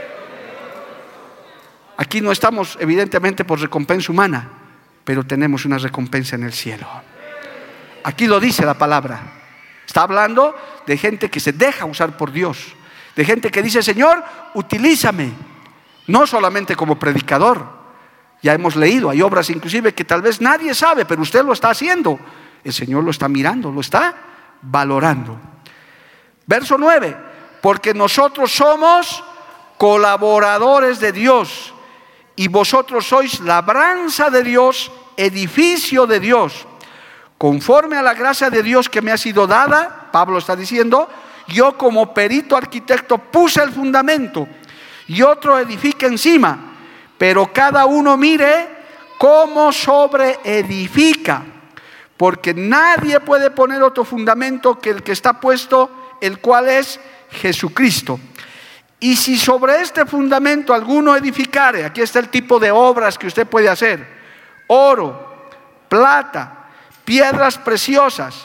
Aquí no estamos evidentemente por recompensa humana, pero tenemos una recompensa en el cielo. Aquí lo dice la palabra. Está hablando de gente que se deja usar por Dios, de gente que dice: Señor, utilízame, no solamente como predicador. Ya hemos leído, hay obras inclusive que tal vez nadie sabe, pero usted lo está haciendo. El Señor lo está mirando, lo está valorando. Verso nueve: porque nosotros somos colaboradores de Dios, y vosotros sois labranza de Dios, edificio de Dios. Conforme a la gracia de Dios que me ha sido dada, Pablo está diciendo, yo como perito arquitecto puse el fundamento y otro edifica encima, pero cada uno mire cómo sobreedifica, porque nadie puede poner otro fundamento que el que está puesto, el cual es Jesucristo. Y si sobre este fundamento alguno edificare, aquí está el tipo de obras que usted puede hacer: oro, plata, piedras preciosas,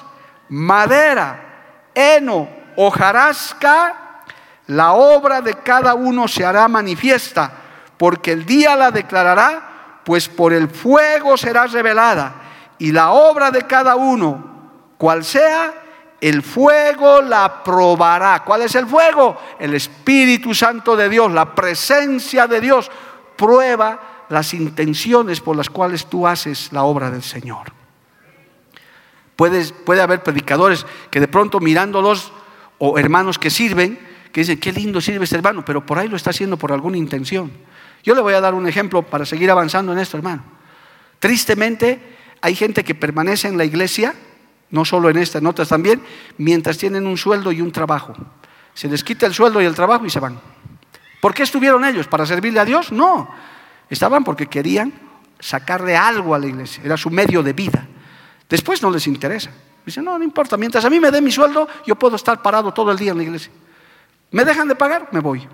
madera, heno, hojarasca, la obra de cada uno se hará manifiesta, porque el día la declarará, pues por el fuego será revelada, y la obra de cada uno, cual sea, el fuego la probará. ¿Cuál es el fuego? El Espíritu Santo de Dios, la presencia de Dios prueba las intenciones por las cuales tú haces la obra del Señor. Puedes, puede haber predicadores que de pronto mirándolos, o hermanos que sirven, que dicen: qué lindo sirve este hermano, pero por ahí lo está haciendo por alguna intención. Yo le voy a dar un ejemplo para seguir avanzando en esto, hermano. Tristemente hay gente que permanece en la iglesia, no solo en esta, en otras también, mientras tienen un sueldo y un trabajo. Se les quita el sueldo y el trabajo y se van. ¿Por qué estuvieron ellos? ¿Para servirle a Dios? No, estaban porque querían sacarle algo a la iglesia, era su medio de vida. Después no les interesa. Dice, no, no importa, mientras a mí me dé mi sueldo, yo puedo estar parado todo el día en la iglesia. ¿Me dejan de pagar? Me voy.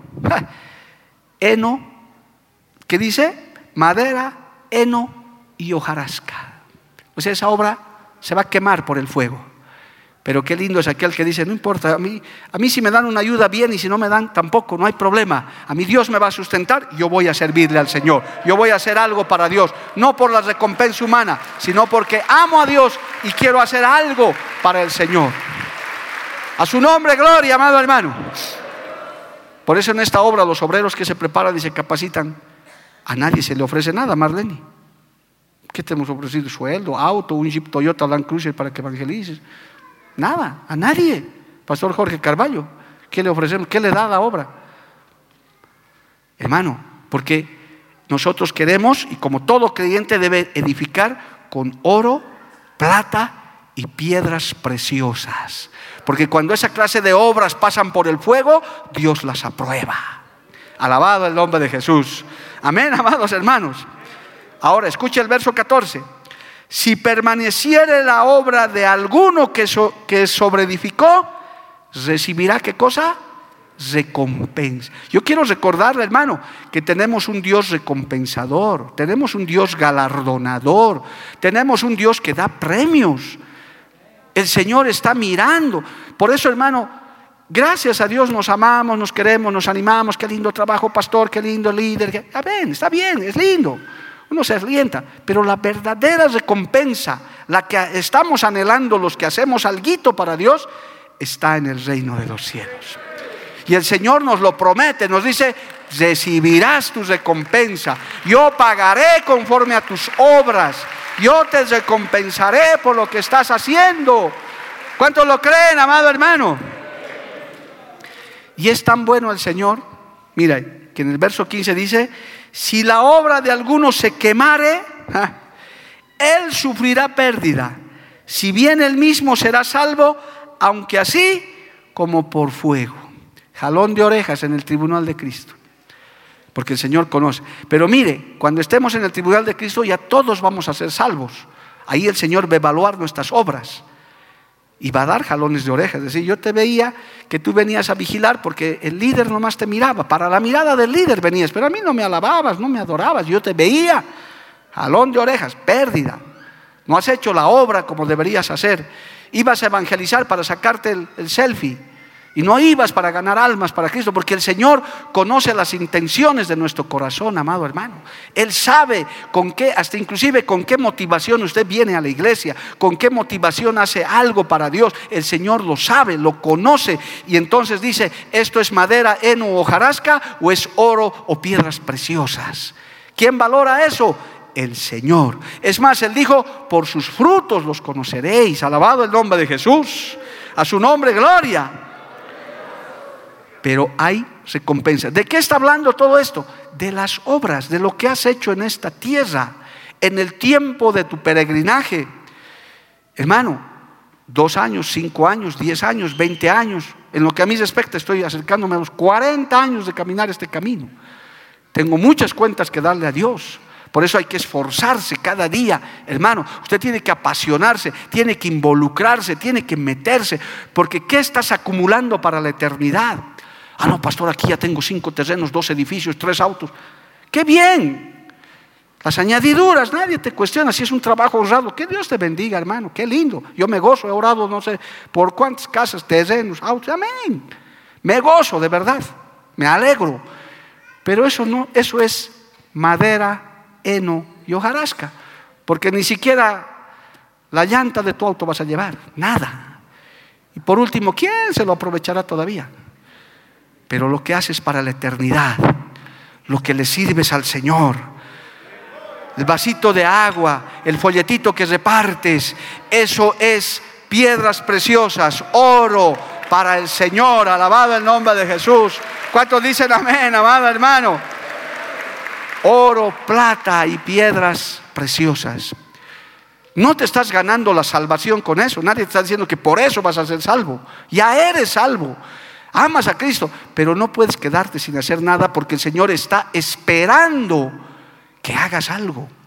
Heno, ¿qué dice? Madera, heno y hojarasca. O sea, esa obra se va a quemar por el fuego. Pero qué lindo es aquel que dice, no importa, a mí, a mí si me dan una ayuda bien y si no me dan tampoco, no hay problema. A mí Dios me va a sustentar, yo voy a servirle al Señor. Yo voy a hacer algo para Dios, no por la recompensa humana, sino porque amo a Dios y quiero hacer algo para el Señor. A su nombre, gloria, amado hermano. Por eso en esta obra los obreros que se preparan y se capacitan, a nadie se le ofrece nada, Marlene. ¿Qué te hemos ofrecido? Sueldo, auto, un Jeep Toyota Land Cruiser para que evangelices. Nada, a nadie. Pastor Jorge Carballo, ¿qué le ofrecemos? ¿Qué le da a la obra? Hermano, porque nosotros queremos, y como todo creyente debe edificar con oro, plata y piedras preciosas. Porque cuando esa clase de obras pasan por el fuego, Dios las aprueba. Alabado el nombre de Jesús. Amén, amados hermanos. Ahora escuche el verso catorce. Si permaneciere la obra de alguno que, so, que sobreedificó, recibirá ¿qué cosa? Recompensa. Yo quiero recordarle, hermano, que tenemos un Dios recompensador, tenemos un Dios galardonador, tenemos un Dios que da premios. El Señor está mirando. Por eso, hermano, gracias a Dios nos amamos, nos queremos, nos animamos. Qué lindo trabajo, pastor, qué lindo líder. Está bien, está bien, es lindo. Uno se alienta, pero la verdadera recompensa, la que estamos anhelando los que hacemos alguito para Dios, está en el reino de los cielos. Y el Señor nos lo promete, nos dice, recibirás tu recompensa. Yo pagaré conforme a tus obras. Yo te recompensaré por lo que estás haciendo. ¿Cuántos lo creen, amado hermano? Y es tan bueno el Señor, mira, que en el verso quince dice, si la obra de alguno se quemare, él sufrirá pérdida. Si bien él mismo será salvo, aunque así como por fuego. Jalón de orejas en el tribunal de Cristo. Porque el Señor conoce. Pero mire, cuando estemos en el tribunal de Cristo, ya todos vamos a ser salvos. Ahí el Señor va a evaluar nuestras obras y va a dar jalones de orejas. Es decir, yo te veía que tú venías a vigilar porque el líder nomás te miraba. Para la mirada del líder venías, pero a mí no me alababas, no me adorabas. Yo te veía. Jalón de orejas, pérdida. No has hecho la obra como deberías hacer. Ibas a evangelizar para sacarte el, el selfie. Y no ibas para ganar almas para Cristo, porque el Señor conoce las intenciones de nuestro corazón, amado hermano. Él sabe con qué, hasta inclusive con qué motivación usted viene a la iglesia, con qué motivación hace algo para Dios. El Señor lo sabe, lo conoce. Y entonces dice, ¿esto es madera, heno o hojarasca o es oro o piedras preciosas? ¿Quién valora eso? El Señor. Es más, Él dijo, por sus frutos los conoceréis. Alabado el nombre de Jesús. A su nombre, gloria. Pero hay recompensa. ¿De qué está hablando todo esto? De las obras, de lo que has hecho en esta tierra, en el tiempo de tu peregrinaje. Hermano, dos años, cinco años, diez años, veinte años. En lo que a mí respecta, estoy acercándome a los cuarenta años de caminar este camino. Tengo muchas cuentas que darle a Dios. Por eso hay que esforzarse cada día, hermano. Usted tiene que apasionarse, tiene que involucrarse, tiene que meterse. Porque ¿qué estás acumulando para la eternidad? Ah, no, pastor, aquí ya tengo cinco terrenos, dos edificios, tres autos. ¡Qué bien! Las añadiduras, nadie te cuestiona si es un trabajo honrado. Que Dios te bendiga, hermano, qué lindo. Yo me gozo, he orado no sé por cuántas casas, terrenos, autos, amén. Me gozo, de verdad, me alegro. Pero eso no, eso es madera, heno y hojarasca. Porque ni siquiera la llanta de tu auto vas a llevar, nada. Y por último, ¿quién se lo aprovechará todavía? Pero lo que haces para la eternidad, lo que le sirves al Señor, el vasito de agua, el folletito que repartes, eso es piedras preciosas, oro para el Señor. Alabado el nombre de Jesús. ¿Cuántos dicen amén, amado hermano? Oro, plata y piedras preciosas. No te estás ganando la salvación con eso. Nadie te está diciendo que por eso vas a ser salvo. Ya eres salvo. Amas a Cristo, pero no puedes quedarte sin hacer nada porque el Señor está esperando que hagas algo.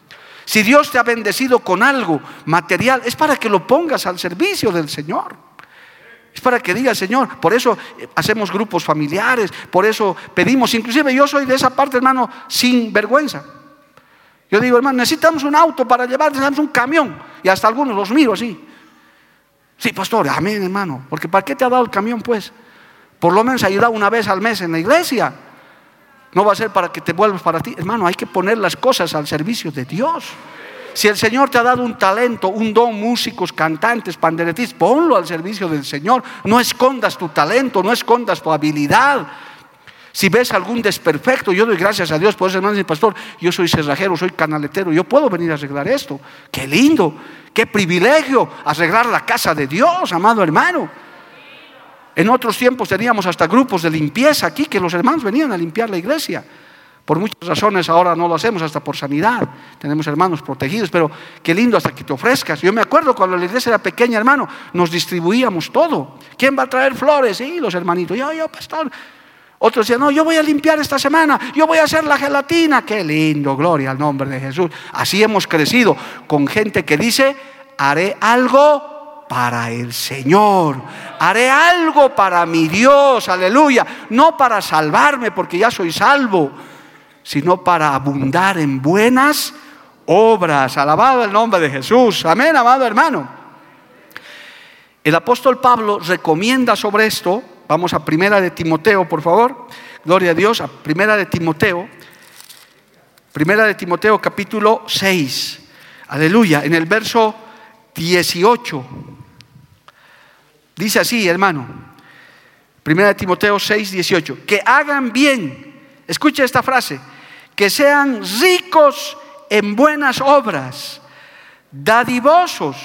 Si Dios te ha bendecido con algo material, es para que lo pongas al servicio del Señor. Es para que diga, Señor, por eso hacemos grupos familiares, por eso pedimos. Inclusive yo soy de esa parte, hermano, sin vergüenza. Yo digo, hermano, necesitamos un auto para llevar, necesitamos un camión. Y hasta algunos los miro así. Sí, pastor, amén, hermano. Porque ¿para qué te ha dado el camión, pues? Por lo menos ayuda una vez al mes en la iglesia. No va a ser para que te vuelvas para ti. Hermano, hay que poner las cosas al servicio de Dios. Si el Señor te ha dado un talento, un don, músicos, cantantes, panderetistas, ponlo al servicio del Señor. No escondas tu talento, no escondas tu habilidad. Si ves algún desperfecto, yo doy gracias a Dios por eso, hermano y pastor. Yo soy cerrajero, soy canaletero, yo puedo venir a arreglar esto. Qué lindo, qué privilegio arreglar la casa de Dios, amado hermano. En otros tiempos teníamos hasta grupos de limpieza aquí, que los hermanos venían a limpiar la iglesia. Por muchas razones ahora no lo hacemos, hasta por sanidad. Tenemos hermanos protegidos, pero qué lindo hasta que te ofrezcas. Yo me acuerdo cuando la iglesia era pequeña, hermano, nos distribuíamos todo. ¿Quién va a traer flores? Sí, los hermanitos. Yo, yo, pastor. Otros decían, no, yo voy a limpiar esta semana, yo voy a hacer la gelatina. Qué lindo, gloria al nombre de Jesús. Así hemos crecido con gente que dice, haré algo para el Señor, haré algo para mi Dios, aleluya. No para salvarme porque ya soy salvo, sino para abundar en buenas obras. Alabado el nombre de Jesús, amén, amado hermano. El apóstol Pablo recomienda sobre esto. Vamos a Primera de Timoteo, por favor. Gloria a Dios, a Primera de Timoteo. Primera de Timoteo, capítulo seis. Aleluya, en el verso dieciocho. Dice así, hermano. Primera de Timoteo seis, dieciocho. Que hagan bien. Escucha esta frase. Que sean ricos en buenas obras, dadivosos,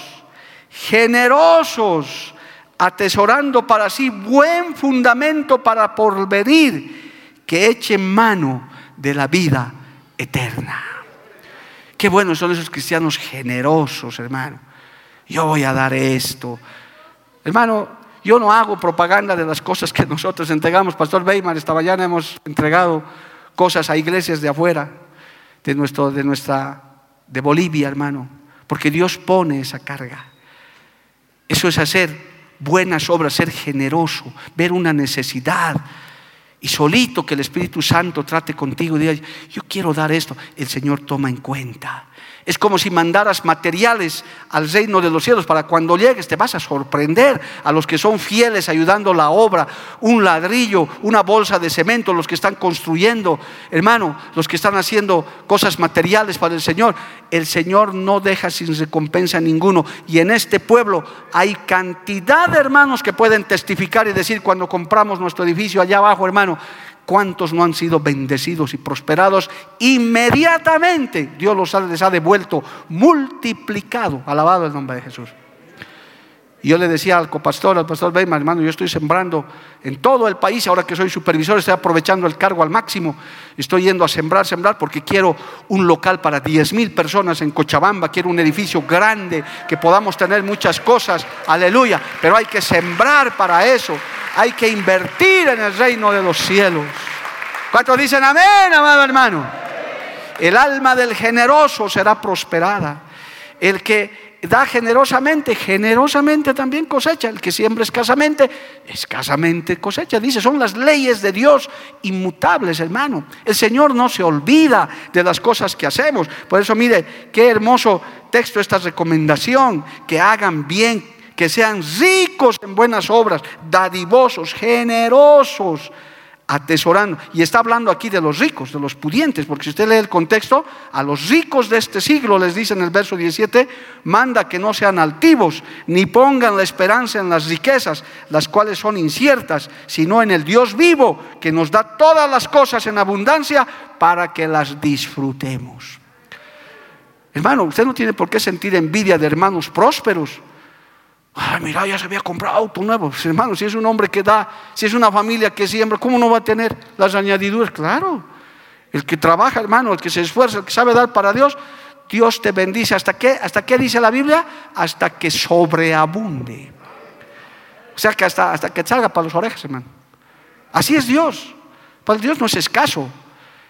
generosos, atesorando para sí buen fundamento para porvenir, que echen mano de la vida eterna. Qué buenos son esos cristianos generosos, hermano. Yo voy a dar esto. Hermano, yo no hago propaganda de las cosas que nosotros entregamos. Pastor Weimar, esta mañana hemos entregado cosas a iglesias de afuera, de, nuestro, de nuestra, de Bolivia, hermano. Porque Dios pone esa carga. Eso es hacer buenas obras, ser generoso, ver una necesidad y solito que el Espíritu Santo trate contigo y diga, yo quiero dar esto, el Señor toma en cuenta. Es como si mandaras materiales al reino de los cielos para cuando llegues te vas a sorprender a los que son fieles ayudando la obra, un ladrillo, una bolsa de cemento, los que están construyendo, hermano, los que están haciendo cosas materiales para el Señor. El Señor no deja sin recompensa a ninguno. Y en este pueblo hay cantidad de hermanos que pueden testificar y decir, cuando compramos nuestro edificio allá abajo, hermano, ¿cuántos no han sido bendecidos y prosperados? Inmediatamente Dios los ha, les ha devuelto multiplicado. Alabado el nombre de Jesús. Y yo le decía al copastor, al pastor Weimar, hermano, yo estoy sembrando en todo el país. Ahora que soy supervisor, estoy aprovechando el cargo al máximo. Estoy yendo a sembrar, sembrar, porque quiero un local para diez mil personas en Cochabamba. Quiero un edificio grande, que podamos tener muchas cosas, aleluya. Pero hay que sembrar para eso. Hay que invertir en el reino de los cielos. ¿Cuántos dicen amén, amado hermano? El alma del generoso será prosperada. El que da generosamente, generosamente también cosecha. El que siembra escasamente, escasamente cosecha. Dice, son las leyes de Dios inmutables, hermano. El Señor no se olvida de las cosas que hacemos. Por eso mire, qué hermoso texto esta recomendación. Que hagan bien, que sean ricos en buenas obras, dadivosos, generosos, atesorando. Y está hablando aquí de los ricos, de los pudientes, porque si usted lee el contexto, a los ricos de este siglo les dice en el verso diecisiete, manda que no sean altivos, ni pongan la esperanza en las riquezas, las cuales son inciertas, sino en el Dios vivo, que nos da todas las cosas en abundancia para que las disfrutemos. Hermano, usted no tiene por qué sentir envidia de hermanos prósperos. Ay, mira, ya se había comprado auto nuevo. Pues, hermano, si es un hombre que da, si es una familia que siembra, ¿cómo no va a tener las añadiduras? Claro, el que trabaja, hermano, el que se esfuerza, el que sabe dar para Dios, Dios te bendice. ¿Hasta qué? ¿Hasta qué dice la Biblia? Hasta que sobreabunde. O sea, que hasta, hasta que salga para las orejas, hermano. Así es Dios. Para Dios no es escaso.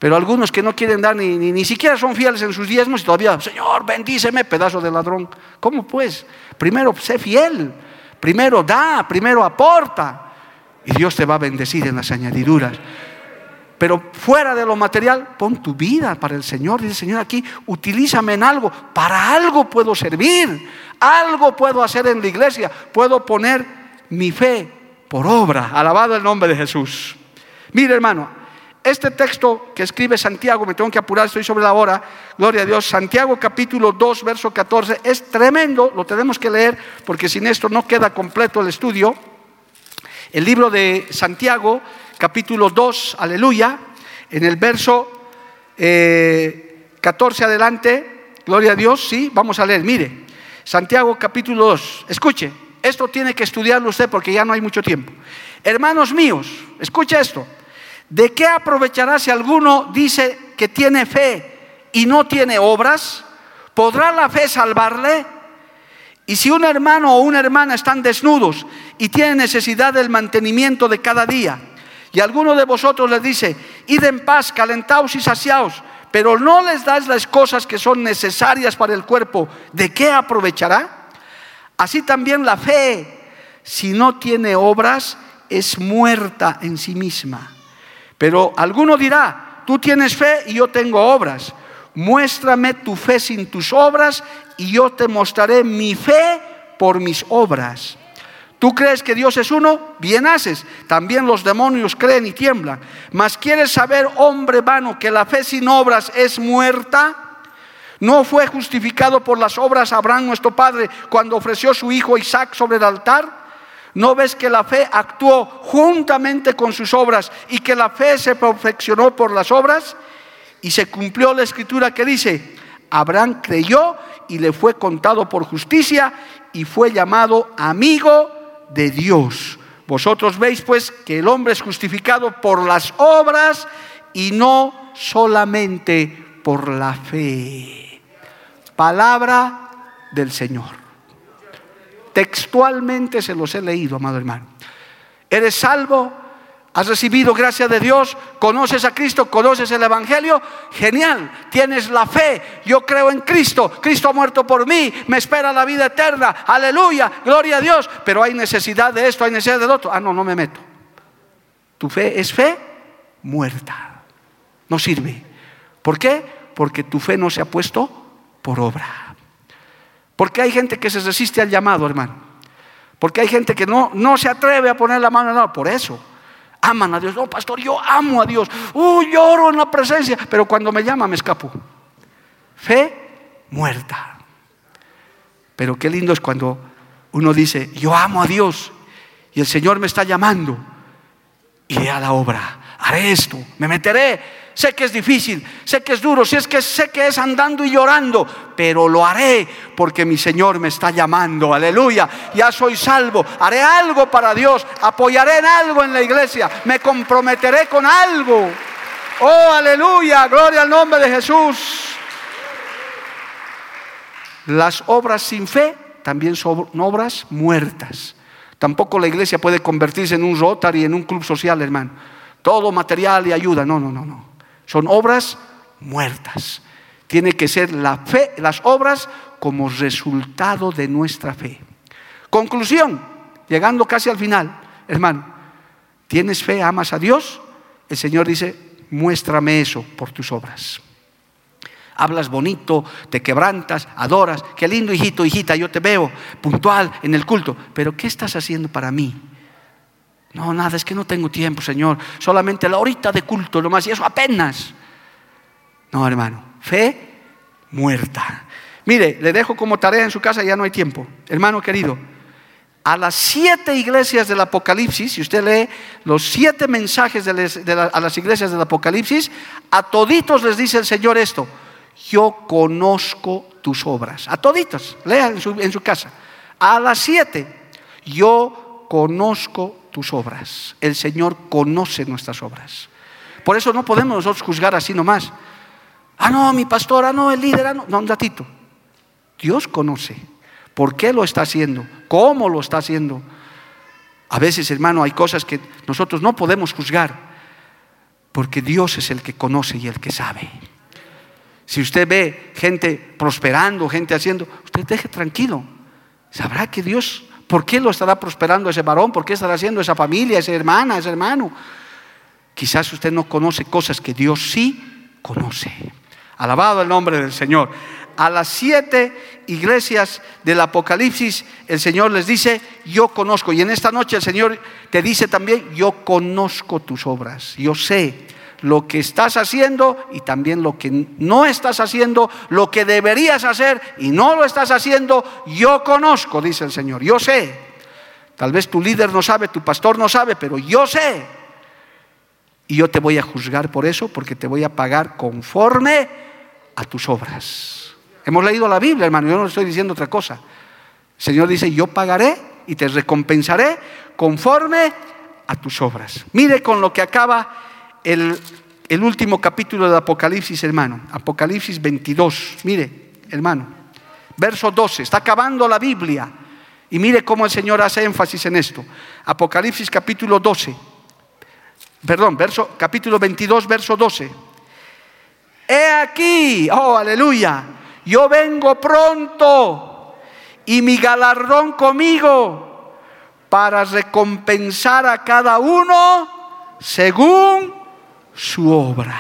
Pero algunos que no quieren dar, ni, ni, ni siquiera son fieles en sus diezmos y todavía, Señor, bendíceme, pedazo de ladrón. ¿Cómo pues? Primero sé fiel, primero da, primero aporta, y Dios te va a bendecir en las añadiduras. Pero fuera de lo material, pon tu vida para el Señor. Dice, Señor, aquí utilízame en algo, para algo puedo servir, algo puedo hacer en la iglesia, puedo poner mi fe por obra. Alabado el nombre de Jesús. Mire, hermano, este texto que escribe Santiago, me tengo que apurar, estoy sobre la hora, gloria a Dios. Santiago capítulo dos, verso catorce, es tremendo, lo tenemos que leer porque sin esto no queda completo el estudio. El libro de Santiago capítulo dos, aleluya, en el verso eh, catorce adelante, gloria a Dios, sí, vamos a leer, mire, Santiago capítulo dos, escuche, esto tiene que estudiarlo usted porque ya no hay mucho tiempo. Hermanos míos, escuche esto. ¿De qué aprovechará si alguno dice que tiene fe y no tiene obras? ¿Podrá la fe salvarle? Y si un hermano o una hermana están desnudos y tienen necesidad del mantenimiento de cada día, y alguno de vosotros les dice, id en paz, calentaos y saciaos, pero no les dais las cosas que son necesarias para el cuerpo, ¿de qué aprovechará? Así también la fe, si no tiene obras, es muerta en sí misma. Pero alguno dirá, tú tienes fe y yo tengo obras. Muéstrame tu fe sin tus obras y yo te mostraré mi fe por mis obras. ¿Tú crees que Dios es uno? Bien haces. También los demonios creen y tiemblan. Mas ¿quieres saber, hombre vano, que la fe sin obras es muerta? ¿No fue justificado por las obras Abraham nuestro padre cuando ofreció su hijo Isaac sobre el altar? ¿No ves que la fe actuó juntamente con sus obras y que la fe se perfeccionó por las obras? Y se cumplió la escritura que dice, Abraham creyó y le fue contado por justicia y fue llamado amigo de Dios. Vosotros veis pues que el hombre es justificado por las obras y no solamente por la fe. Palabra del Señor. Textualmente se los he leído, amado hermano. ¿Eres salvo? ¿Has recibido gracia de Dios? ¿Conoces a Cristo? ¿Conoces el Evangelio? Genial, tienes la fe. Yo creo en Cristo. Cristo ha muerto por mí. Me espera la vida eterna. Aleluya, gloria a Dios. Pero hay necesidad de esto, hay necesidad del otro. Ah, no, no me meto. Tu fe es fe muerta. No sirve. ¿Por qué? Porque tu fe no se ha puesto por obra. Porque hay gente que se resiste al llamado, hermano. Porque hay gente que no, no se atreve a poner la mano en el lado. Por eso aman a Dios. No, pastor, yo amo a Dios. Uh, lloro en la presencia. Pero cuando me llama me escapo. Fe muerta. Pero qué lindo es cuando uno dice, yo amo a Dios y el Señor me está llamando. Iré a la obra. Haré esto. Me meteré. Sé que es difícil, sé que es duro, sé que, sé que es andando y llorando, pero lo haré porque mi Señor me está llamando, aleluya. Ya soy salvo, haré algo para Dios, apoyaré en algo en la iglesia, me comprometeré con algo. Oh, aleluya, gloria al nombre de Jesús. Las obras sin fe también son obras muertas. Tampoco la iglesia puede convertirse en un Rotary, en un club social, hermano. Todo material y ayuda, no, no, no, no. Son obras muertas. Tiene que ser la fe, las obras como resultado de nuestra fe. Conclusión, llegando casi al final, hermano, ¿tienes fe, amas a Dios? El Señor dice, muéstrame eso por tus obras. Hablas bonito, te quebrantas, adoras, qué lindo hijito, hijita, yo te veo puntual en el culto, pero ¿qué estás haciendo para mí? No, nada, es que no tengo tiempo, Señor. Solamente la horita de culto nomás, y eso apenas. No, hermano, fe muerta. Mire, le dejo como tarea en su casa, ya no hay tiempo. Hermano querido, a las siete iglesias del Apocalipsis, si usted lee los siete mensajes de les, de la, a las iglesias del Apocalipsis, a toditos les dice el Señor esto: yo conozco tus obras. A toditos, lea en su, en su casa. A las siete, yo conozco tus obras. El Señor conoce nuestras obras. Por eso no podemos nosotros juzgar así nomás. Ah, no, mi pastor, ah, no, el líder, ah, no. No, un ratito. Dios conoce. ¿Por qué lo está haciendo? ¿Cómo lo está haciendo? A veces, hermano, hay cosas que nosotros no podemos juzgar. porque Dios es el que conoce y el que sabe. Si usted ve gente prosperando, gente haciendo, usted deje tranquilo. Sabrá que Dios, ¿por qué lo estará prosperando ese varón? ¿Por qué estará haciendo esa familia, esa hermana, ese hermano? Quizás usted no conoce cosas que Dios sí conoce. Alabado el nombre del Señor. A las siete iglesias del Apocalipsis, el Señor les dice: yo conozco. Y en esta noche el Señor te dice también: yo conozco tus obras. Yo sé lo que estás haciendo y también lo que no estás haciendo, lo que deberías hacer y no lo estás haciendo. Yo conozco, dice el Señor. Yo sé. Tal vez tu líder no sabe, tu pastor no sabe, pero yo sé. Y yo te voy a juzgar por eso, porque te voy a pagar conforme a tus obras. Hemos leído la Biblia, hermano, yo no estoy diciendo otra cosa. El Señor dice: yo pagaré y te recompensaré conforme a tus obras. Mire con lo que acaba el, el último capítulo del Apocalipsis, hermano. Apocalipsis veintidós, mire, hermano, verso doce, está acabando la Biblia. Y mire cómo el Señor hace énfasis en esto. Apocalipsis capítulo doce, perdón, verso, capítulo veintidós, verso doce. He aquí, oh aleluya, yo vengo pronto y mi galardón conmigo para recompensar a cada uno según su obra.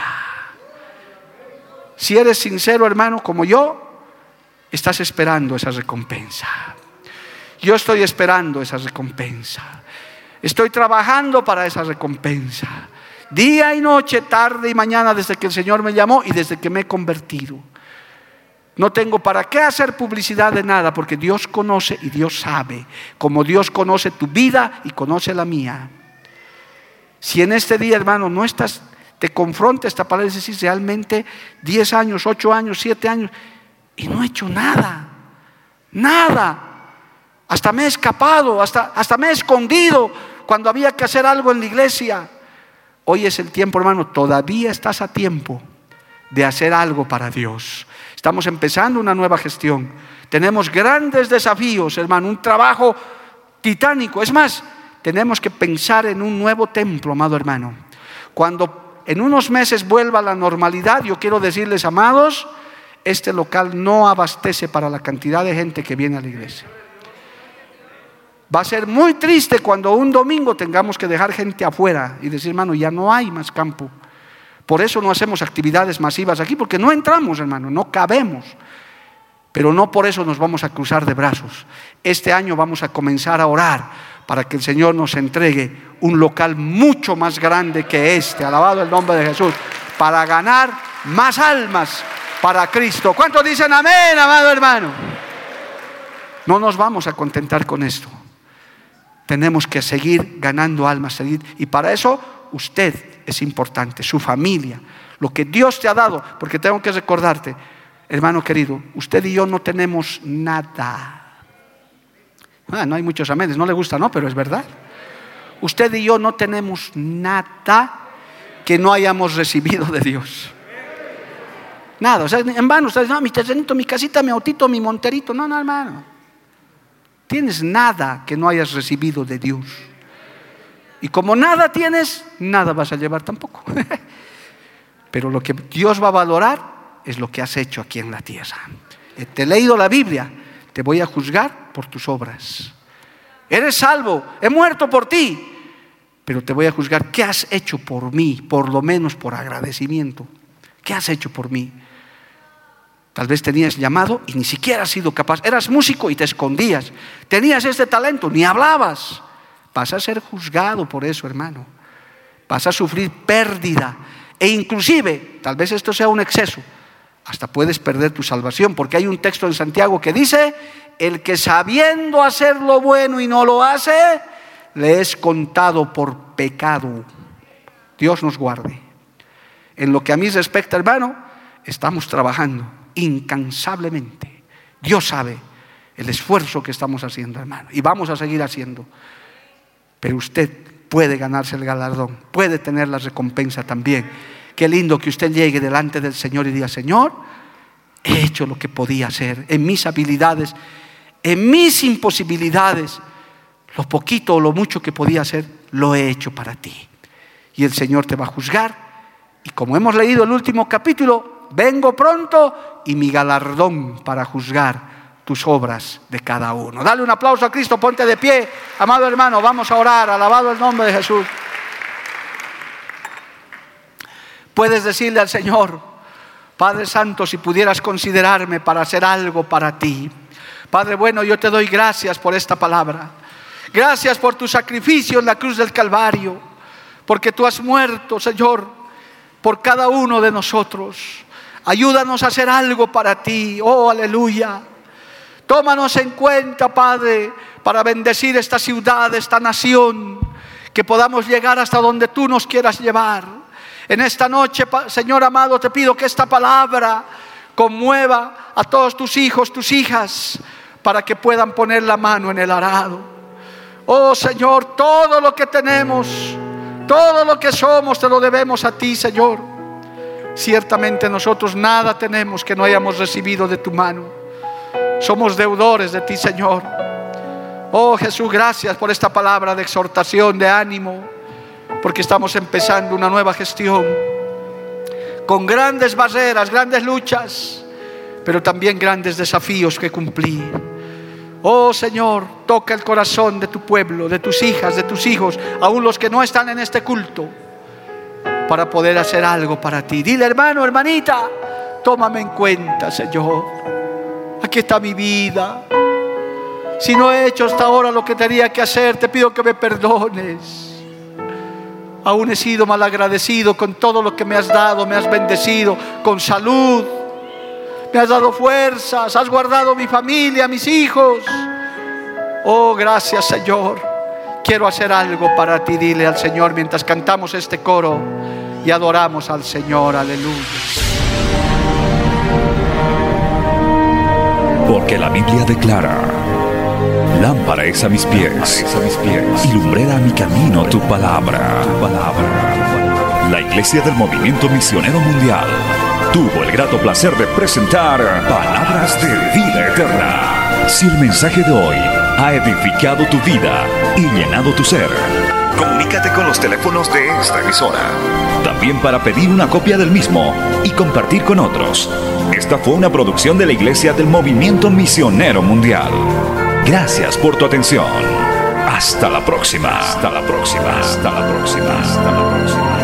Si eres sincero, hermano, como yo, estás esperando esa recompensa. Yo estoy esperando esa recompensa. Estoy trabajando para esa recompensa. Día y noche, tarde y mañana, desde que el Señor me llamó y desde que me he convertido. No tengo para qué hacer publicidad de nada, porque Dios conoce y Dios sabe, como Dios conoce tu vida y conoce la mía. Si en este día, hermano, no estás, te confronta esta palabra, es decir, realmente diez años, ocho años, siete años, y no he hecho nada, nada. Hasta me he escapado, hasta, hasta me he escondido cuando había que hacer algo en la iglesia. Hoy es el tiempo, hermano, todavía estás a tiempo de hacer algo para Dios. Estamos empezando una nueva gestión. Tenemos grandes desafíos, hermano, un trabajo titánico. Es más, tenemos que pensar en un nuevo templo, amado hermano. Cuando en unos meses vuelva a la normalidad, yo quiero decirles, amados, este local no abastece para la cantidad de gente que viene a la iglesia. Va a ser muy triste cuando un domingo tengamos que dejar gente afuera y decir: hermano, ya no hay más campo. Por eso no hacemos actividades masivas aquí, porque no entramos, hermano, no cabemos. Pero no por eso nos vamos a cruzar de brazos. Este año vamos a comenzar a orar para que el Señor nos entregue un local mucho más grande que este, alabado el nombre de Jesús, para ganar más almas para Cristo. ¿Cuántos dicen amén, amado hermano? No nos vamos a contentar con esto. Tenemos que seguir ganando almas, seguir, y para eso usted es importante, su familia, lo que Dios te ha dado, porque tengo que recordarte, hermano querido, usted y yo no tenemos nada. Ah, no hay muchos amenes, no le gusta, no, pero es verdad. Usted y yo no tenemos nada que no hayamos recibido de Dios. Nada, o sea, en vano ustedes, no, mi terrenito, mi casita, mi autito, mi monterito, no, no, hermano. Tienes nada que no hayas recibido de Dios. Y como nada tienes, nada vas a llevar tampoco. Pero lo que Dios va a valorar es lo que has hecho aquí en la tierra. Te he leído la Biblia, te voy a juzgar por tus obras. Eres salvo, he muerto por ti, pero te voy a juzgar qué has hecho por mí, por lo menos por agradecimiento. ¿Qué has hecho por mí? Tal vez tenías llamado y ni siquiera has sido capaz. Eras músico y te escondías. Tenías este talento, ni hablabas. Vas a ser juzgado por eso, hermano. Vas a sufrir pérdida. E inclusive, tal vez esto sea un exceso, hasta puedes perder tu salvación. Porque hay un texto en Santiago que dice: el que sabiendo hacer lo bueno y no lo hace, le es contado por pecado. Dios nos guarde. En lo que a mí respecta, hermano, estamos trabajando incansablemente. Dios sabe el esfuerzo que estamos haciendo, hermano, y vamos a seguir haciendo. Pero usted puede ganarse el galardón, puede tener la recompensa también. Qué lindo que usted llegue delante del Señor y diga: Señor, he hecho lo que podía hacer en mis habilidades, en mis imposibilidades. Lo poquito o lo mucho que podía hacer, lo he hecho para ti. Y el Señor te va a juzgar Y como hemos leído el último capítulo, vengo pronto y mi galardón para juzgar tus obras de cada uno. Dale un aplauso a Cristo, ponte de pie, amado hermano, vamos a orar, alabado el nombre de Jesús. Puedes decirle al Señor: Padre Santo, si pudieras considerarme para hacer algo para ti. Padre bueno, yo te doy gracias por esta palabra. Gracias por tu sacrificio en la cruz del Calvario, porque tú has muerto, Señor, por cada uno de nosotros. Ayúdanos a hacer algo para ti. Oh, aleluya. Tómanos en cuenta, Padre, para bendecir esta ciudad, esta nación, que podamos llegar hasta donde tú nos quieras llevar. En esta noche, Señor amado, te pido que esta palabra conmueva a todos tus hijos, tus hijas, para que puedan poner la mano en el arado. Oh Señor, todo lo que tenemos, todo lo que somos, te lo debemos a ti, Señor. Ciertamente nosotros nada tenemos que no hayamos recibido de tu mano. Somos deudores de ti, Señor. Oh Jesús, gracias por esta palabra de exhortación, de ánimo, porque estamos empezando una nueva gestión con grandes barreras, grandes luchas, pero también grandes desafíos que cumplir. Oh Señor, toca el corazón de tu pueblo, de tus hijas, de tus hijos, aún los que no están en este culto, para poder hacer algo para ti. Dile: hermano, hermanita, tómame en cuenta, Señor. Aquí está mi vida. Si no he hecho hasta ahora lo que tenía que hacer, te pido que me perdones. Aún he sido malagradecido con todo lo que me has dado. Me has bendecido con salud, me has dado fuerzas, has guardado mi familia, mis hijos. Oh, gracias, Señor. Quiero hacer algo para ti. Dile al Señor mientras cantamos este coro y adoramos al Señor. Aleluya. Porque la Biblia declara: lámpara es a mis pies, a mis pies, y lumbrera a mi camino tu palabra. Tu palabra. La Iglesia del Movimiento Misionero Mundial tuvo el grato placer de presentar Palabras de Vida Eterna. Si el mensaje de hoy ha edificado tu vida y llenado tu ser, comunícate con los teléfonos de esta emisora. También para pedir una copia del mismo y compartir con otros. Esta fue una producción de la Iglesia del Movimiento Misionero Mundial. Gracias por tu atención. Hasta la próxima. Hasta la próxima. Hasta la próxima. Hasta la próxima.